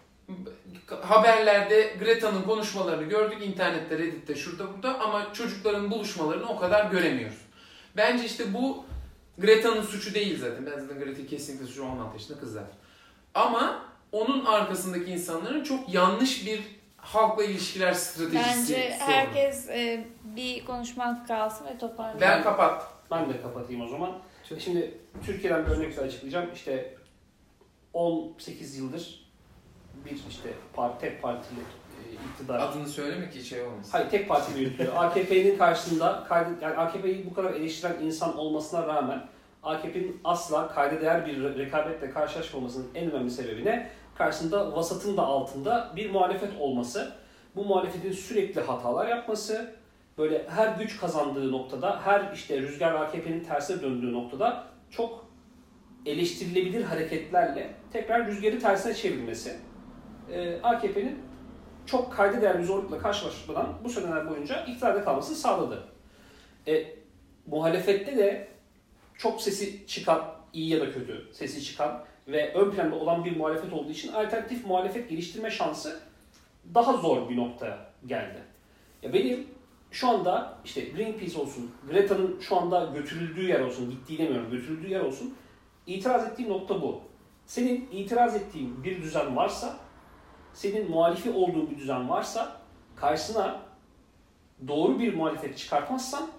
haberlerde Greta'nın konuşmalarını gördük, internette, Reddit'te, şurada burada ama çocukların buluşmalarını o kadar göremiyoruz. Bence işte bu Greta'nın suçu değil zaten. Ben zaten Greta'yı kesinlikle suçu on altı yaşında kızlar. Ama onun arkasındaki insanların çok yanlış bir halkla ilişkiler stratejisi. Bence herkes e, bir konuşma hakkı alsın ve toparlayalım. Ben kapat. Ben de kapatayım o zaman. Şimdi Türkiye'den bir örnek açıklayacağım. İşte on sekiz yıldır bir işte parti, tek partili e, iktidar. Adını söyleme ki şey olmasın. Hayır, tek partili yürütüyor. A K P'nin karşısında kaydı, yani A K P'yi bu kadar eleştiren insan olmasına rağmen A K P'nin asla kayda değer bir rekabetle karşılaşmamasının en önemli sebebi ne? Karşısında vasatın da altında bir muhalefet olması. Bu muhalefetin sürekli hatalar yapması, böyle her güç kazandığı noktada, her işte rüzgar A K P'nin tersine döndüğü noktada çok eleştirilebilir hareketlerle tekrar rüzgarı tersine çevirmesi. Ee, A K P'nin çok kayda değer bir zorlukla karşılaşmadan bu seneler boyunca iktidarda kalmasını sağladı. E, muhalefette de çok sesi çıkan, iyi ya da kötü sesi çıkan ve ön planda olan bir muhalefet olduğu için alternatif muhalefet geliştirme şansı daha zor bir noktaya geldi. Ya benim şu anda işte Greenpeace olsun, Greta'nın şu anda götürüldüğü yer olsun, gittiği demiyorum, götürüldüğü yer olsun, itiraz ettiğim nokta bu. Senin itiraz ettiğin bir düzen varsa, senin muhalifi olduğun bir düzen varsa, karşısına doğru bir muhalefet çıkartmazsan,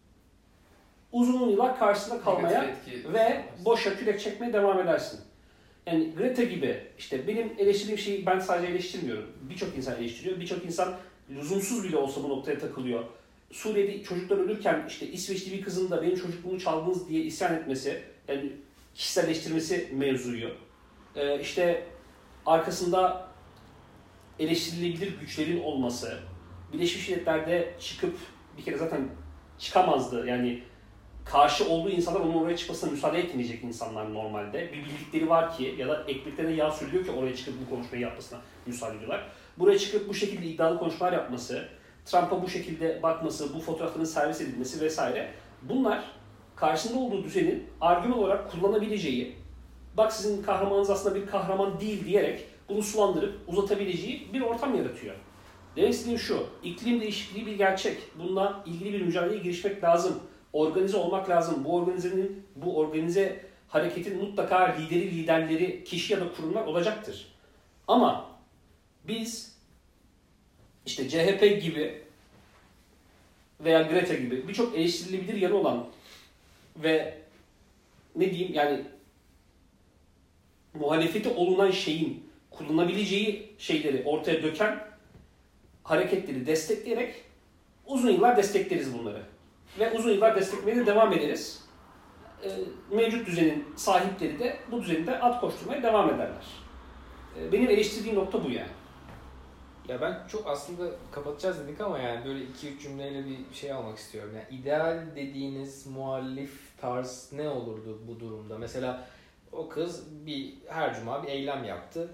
uzun yıllar karşısında kalmaya ve boşa kürek çekmeye devam edersin. Yani Greta gibi, işte benim eleştirdiğim şeyi ben sadece eleştirmiyorum. Birçok insan eleştiriyor. Birçok insan lüzumsuz bile olsa bu noktaya takılıyor. Suriye'de çocuklar ölürken işte İsveçli bir kızın da benim çocukluğumu çaldınız diye isyan etmesi, yani kişiselleştirmesi mevzuyu. Ee, işte arkasında eleştirilebilir güçlerin olması, Birleşmiş Milletler'de çıkıp bir kere zaten çıkamazdı. Yani karşı olduğu insanlar onun oraya çıkmasına müsaade etmeyecek insanlar normalde. Bir bildikleri var ki ya da ekmeklerine yağ sürülüyor ki oraya çıkıp bu konuşmayı yapmasına müsaade ediyorlar. Buraya çıkıp bu şekilde iddialı konuşmalar yapması, Trump'a bu şekilde bakması, bu fotoğrafların servis edilmesi vesaire. Bunlar karşısında olduğu düzenin argüman olarak kullanabileceği, bak sizin kahramanınız aslında bir kahraman değil diyerek bunu sulandırıp uzatabileceği bir ortam yaratıyor. Demek istediğim şu, iklim değişikliği bir gerçek. Bununla ilgili bir mücadeleye girişmek lazım. Organize olmak lazım. Bu organizenin, bu organize hareketin mutlaka lideri, liderleri, kişi ya da kurumlar olacaktır. Ama biz işte C H P gibi veya Greta gibi birçok eleştirilebilir yanı olan ve ne diyeyim yani muhalefeti olunan şeyin kullanabileceği şeyleri ortaya döken hareketleri destekleyerek uzun yıllar destekleriz bunları. Ve uzun yıllar desteklemeye de devam ederiz. E, mevcut düzenin sahipleri de bu düzende at koşturmaya devam ederler. E, benim eleştirdiğim nokta bu yani. Ya ben çok aslında kapatacağız dedik ama yani böyle iki üç cümleyle bir şey almak istiyorum. Yani ideal dediğiniz muhalif tarz ne olurdu bu durumda? Mesela o kız bir her cuma bir eylem yaptı.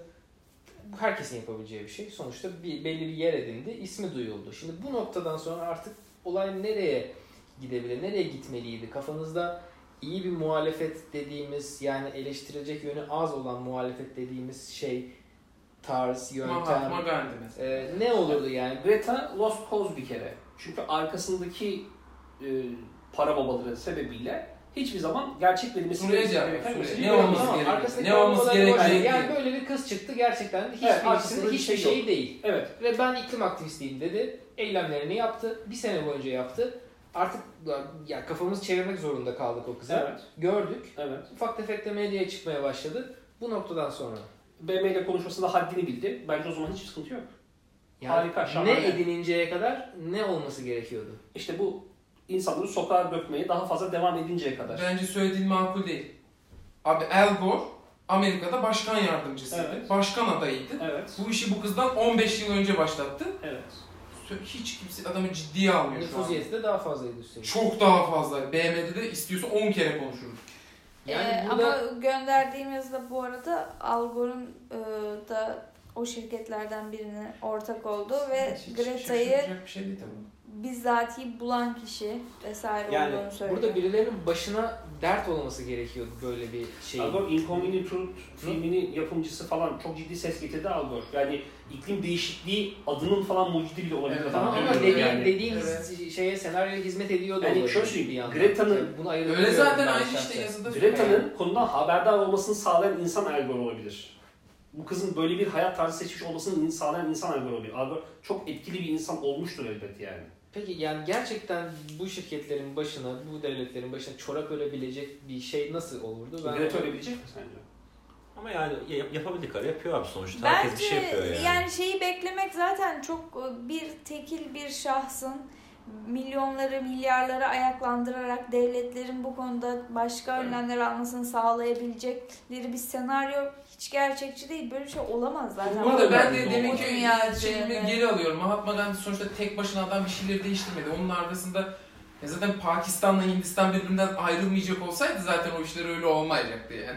Bu herkesin yapabileceği bir şey. Sonuçta bir belli bir yer edindi, ismi duyuldu. Şimdi bu noktadan sonra artık olay nereye gidebilir, nereye gitmeliydi? Kafanızda iyi bir muhalefet dediğimiz, yani eleştirilecek yönü az olan muhalefet dediğimiz şey, tarz, yöntem, Mahatma Gandhi mesela. e, ne olurdu yani? Greta lost cause bir kere. Çünkü arkasındaki e, para babaları sebebiyle hiçbir zaman gerçek verilmesi Suriye cevap, gereken Suriye. bir şey Ne yok. olması Ama gerekiyor? arkasındaki Ne olması olmaları gerekiyor? boş ver. Değil. Yani böyle bir kız çıktı gerçekten hiçbir Evet, içinde arkasında bir hiçbir şey şey yok. değil. Evet. Ve ben iklim aktivistiyim dedi. Eylemlerini yaptı. Bir sene boyunca yaptı. Artık ya kafamızı çevirmek zorunda kaldık o kıza. Evet. Gördük. Evet. Ufak tefek de medyaya çıkmaya başladı. Bu noktadan sonra. B M ile konuşmasında haddini bildi. Bence o zaman hiç sıkıntı yok. Yani Harika, şahane. ne edininceye kadar ne olması gerekiyordu? İşte bu insanları sokağa dökmeye daha fazla devam edinceye kadar. Bence söylediğin makul değil. Abi Al Gore Amerika'da başkan yardımcısıydı. Evet. Başkan adayıydı. Evet. Bu işi bu kızdan on beş yıl önce başlattı. Evet. Hiç kimse adamı ciddiye almıyor şu an. Nüfuziyeti de daha fazlaydı üstelik. Çok daha fazla. B M W'de de istiyorsa on kere konuşuruz. Yani Ee, burada- Ama gönderdiğimizde bu arada Al Gore'un e, da o şirketlerden birine ortak olduğu ve Hiç Greta'yı şaşıracak bir şey değil tabii. bizzatihi bulan kişi vesaire Yani olduğunu söylüyor. burada birilerinin başına dert olması gerekiyordu böyle bir şey. Al Gore Inconvenient Truth filminin yapımcısı falan çok ciddi ses getirdi Al Gore. Yani iklim değişikliği adının falan mucidi bile olabilir. Evet, Tamam falan. ama Evet, dediğin, yani. dediğin Evet. şeye senaryoya hizmet ediyor da Yani olabilir şöyle söyleyeyim, bir yandan. Greta'nın- Yani bunu ayırt Öyle edemiyorum zaten ben aynı şahsen. işte yazıda. Greta'nın konudan haberdar olmasını sağlayan insan Al Gore olabilir. Bu kızın böyle bir hayat tarzı seçmiş olmasını sağlayan insan Al Gore olabilir. Al Gore çok etkili bir insan olmuştur elbet yani. Peki yani gerçekten bu şirketlerin başına, bu devletlerin başına çorak ölebilecek bir şey nasıl olurdu? Ben Greta ölebilecek mi sence? Ama yani yap- yapabildik yapıyor abi sonuçta. Herkes Bence bir şey yapıyor yani. yani şeyi beklemek zaten çok bir tekil bir şahsın milyonları, milyarları ayaklandırarak devletlerin bu konuda başka önlemler almasını sağlayabilecekleri bir senaryo hiç gerçekçi değil. Böyle bir şey olamaz zaten. Bu arada ben de Olabilir. demin O ki dünya şeyimi üzerinde. geri alıyorum. Mahatma Gandhi sonuçta tek başına adam bir şeyleri değiştirmedi. Onun arkasında ya zaten Pakistan'la Hindistan birbirinden ayrılmayacak olsaydı zaten o işler öyle olmayacaktı yani.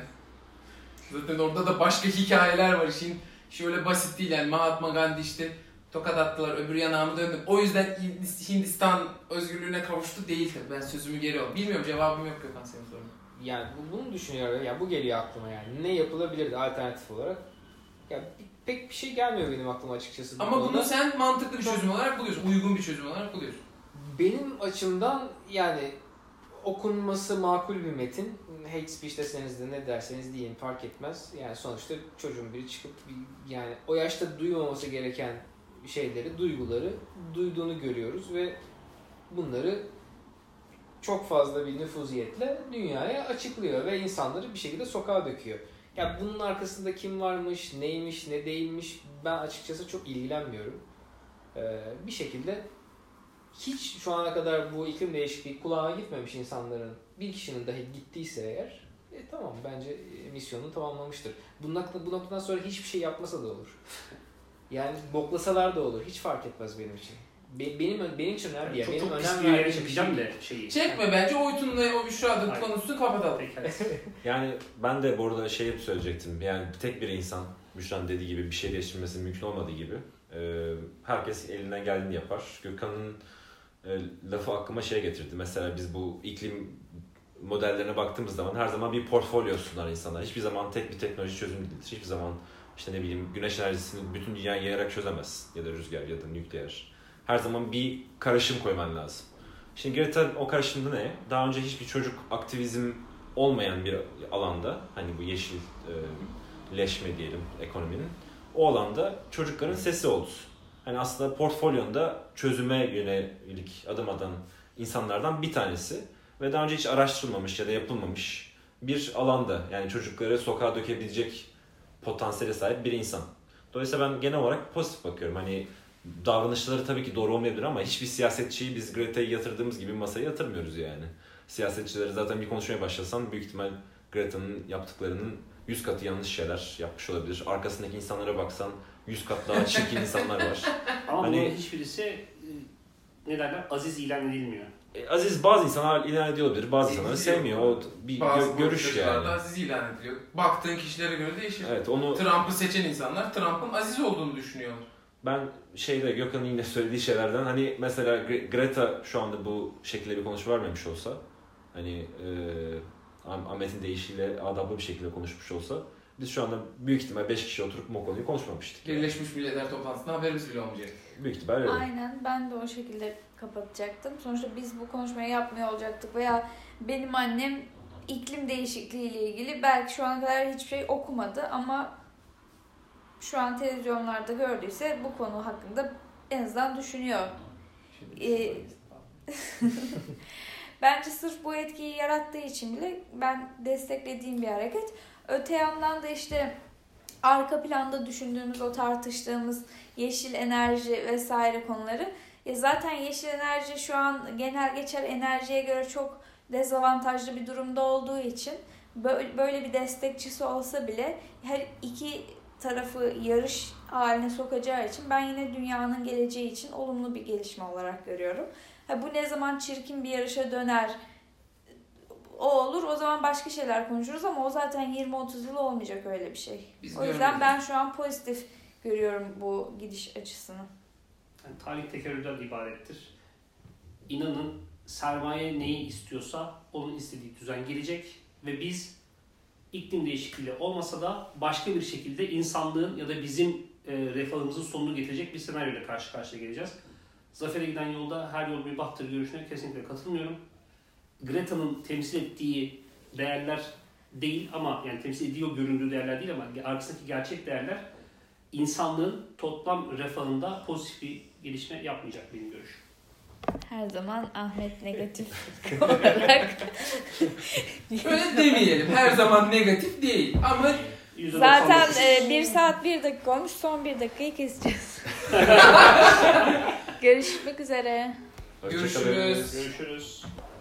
Zaten orada da başka hikayeler var. İşin şöyle basit değil yani. Mahatma Gandhi işte tokat attılar, öbür yanağımı döndüm. O yüzden Hindistan özgürlüğüne kavuştu değil tabii. Ben sözümü geri alıyorum. Bilmiyorum, cevabım yok Gökhan senin sorun. Yani bu- bunu düşünüyorum. Ya bu geliyor aklıma yani. Ne yapılabilirdi alternatif olarak? Ya bir- pek bir şey gelmiyor benim aklıma açıkçası. bu Ama konuda. bunu sen mantıklı bir çözüm olarak buluyorsun. Uygun bir çözüm olarak buluyorsun. Benim açımdan yani okunması makul bir metin. Hate speech deseniz de ne derseniz deyin fark etmez. Yani sonuçta çocuğun biri çıkıp bir- yani o yaşta duymaması gereken şeyleri, duyguları duyduğunu görüyoruz ve bunları çok fazla bir nüfuziyetle dünyaya açıklıyor ve insanları bir şekilde sokağa döküyor. Ya bunun arkasında kim varmış, neymiş, ne değilmiş ben açıkçası çok ilgilenmiyorum. Ee, bir şekilde hiç şu ana kadar bu iklim değişikliği kulağına gitmemiş insanların bir kişinin dahi gittiyse eğer e, tamam bence e, misyonunu tamamlamıştır. Bu, nokta, bu noktadan sonra hiçbir şey yapmasa da olur. Yani boklasalar da olur. Hiç fark etmez benim için. Be, benim benim için önemli. ya. çok Benim çok pis önem bir yere verdiğim çekeceğim şey- de şeyi. Çekme bence Oytun'la o Büşra'nın Aynen. konusunu kapatalım. Peki. Yani ben de bu arada şey söyleyecektim. Yani tek bir insan, Büşra'nın dediği gibi bir şey değiştirmesi mümkün olmadığı gibi e, herkes elinden geldiğini yapar. Gökhan'ın e, lafı aklıma şey getirdi. Mesela biz bu iklim modellerine baktığımız zaman her zaman bir portfolyo sunar insanlar. Hiçbir zaman tek bir teknoloji çözüm değildir. Hiçbir zaman işte ne bileyim güneş enerjisini bütün dünyaya yayarak çözemez. Ya da rüzgar ya da nükleer. Her zaman bir karışım koyman lazım. Şimdi Greta o karışımda ne? Daha önce hiçbir çocuk aktivizm olmayan bir alanda, hani bu yeşilleşme diyelim ekonominin, o alanda çocukların sesi oldu. Hani aslında portfolyonda çözüme yönelik adım atan insanlardan bir tanesi ve daha önce hiç araştırılmamış ya da yapılmamış bir alanda, yani çocukları sokağa dökebilecek potansiyele sahip bir insan. Dolayısıyla ben genel olarak pozitif bakıyorum. Hani davranışları tabii ki doğru olmayabilir ama hiçbir siyasetçiyi biz Greta'yı yatırdığımız gibi masaya yatırmıyoruz yani. Siyasetçileri zaten bir konuşmaya başlasan büyük ihtimal Greta'nın yaptıklarının yüz katı yanlış şeyler yapmış olabilir. Arkasındaki insanlara baksan yüz kat daha çirkin insanlar var. Ama Hani- bunların hiçbirisi e, ne derler aziz ilan edilmiyor. E, Aziz bazı insanlar ilan ediyor olabilir, bazı insanları sevmiyor. O bir Bazı gö- görüş politikacılarda yani. aziz ilan ediliyor. Baktığın kişilere göre değişir. Evet onu Trump'ı seçen insanlar Trump'ın aziz olduğunu düşünüyorlar. ben şeyde Gökhan'ın yine söylediği şeylerden hani mesela Gre- Greta şu anda bu şekilde bir konuşma vermemiş olsa hani e, Ah- Ahmet'in deyişiyle adablı bir şekilde konuşmuş olsa biz şu anda büyük ihtimal beş kişi oturup bu konuyu konuşmamıştık. Birleşmiş Milletler toplantısında haberimiz bile olmayacak. Büyük ihtimal öyle. Aynen, ben de o şekilde kapatacaktım. Sonuçta biz bu konuşmayı yapmıyor olacaktık veya benim annem iklim değişikliği ile ilgili belki şu ana kadar hiçbir şey okumadı ama şu an televizyonlarda gördüyse bu konu hakkında en azından düşünüyor. Ee, Bence sırf bu etkiyi yarattığı için bile ben desteklediğim bir hareket. Öte yandan da işte arka planda düşündüğümüz, o tartıştığımız yeşil enerji vesaire konuları. Ya zaten yeşil enerji şu an genel geçer enerjiye göre çok dezavantajlı bir durumda olduğu için böyle bir destekçisi olsa bile her iki tarafı yarış haline sokacağı için ben yine dünyanın geleceği için olumlu bir gelişme olarak görüyorum. Ha, bu ne zaman çirkin bir yarışa döner o olur, o zaman başka şeyler konuşuruz ama o zaten yirmi otuz yıl olmayacak öyle bir şey. Biz o yüzden görmeyiz. ben şu an pozitif görüyorum bu gidiş açısını. Yani tarih tekerrürden ibarettir. İnanın sermaye neyi istiyorsa onun istediği düzen gelecek ve biz iklim değişikliği olmasa da başka bir şekilde insanlığın ya da bizim e, refahımızın sonunu getirecek bir senaryoyla karşı karşıya geleceğiz. Zafer'e giden yolda her yol bir bahtır görüşüne kesinlikle katılmıyorum. Greta'nın temsil ettiği değerler değil ama yani temsil ediyor göründüğü değerler değil ama arkasındaki gerçek değerler insanlığın toplam refahında pozitif bir gelişme yapmayacak benim görüşüm. Her zaman Ahmet negatif olarak. Öyle demeyelim. Her zaman negatif değil ama yüzde Zaten doksan e, bir saat bir dakika olmuş, son bir dakikayı keseceğiz. Görüşmek üzere. Hoşça kalın. görüşürüz. Görüşürüz.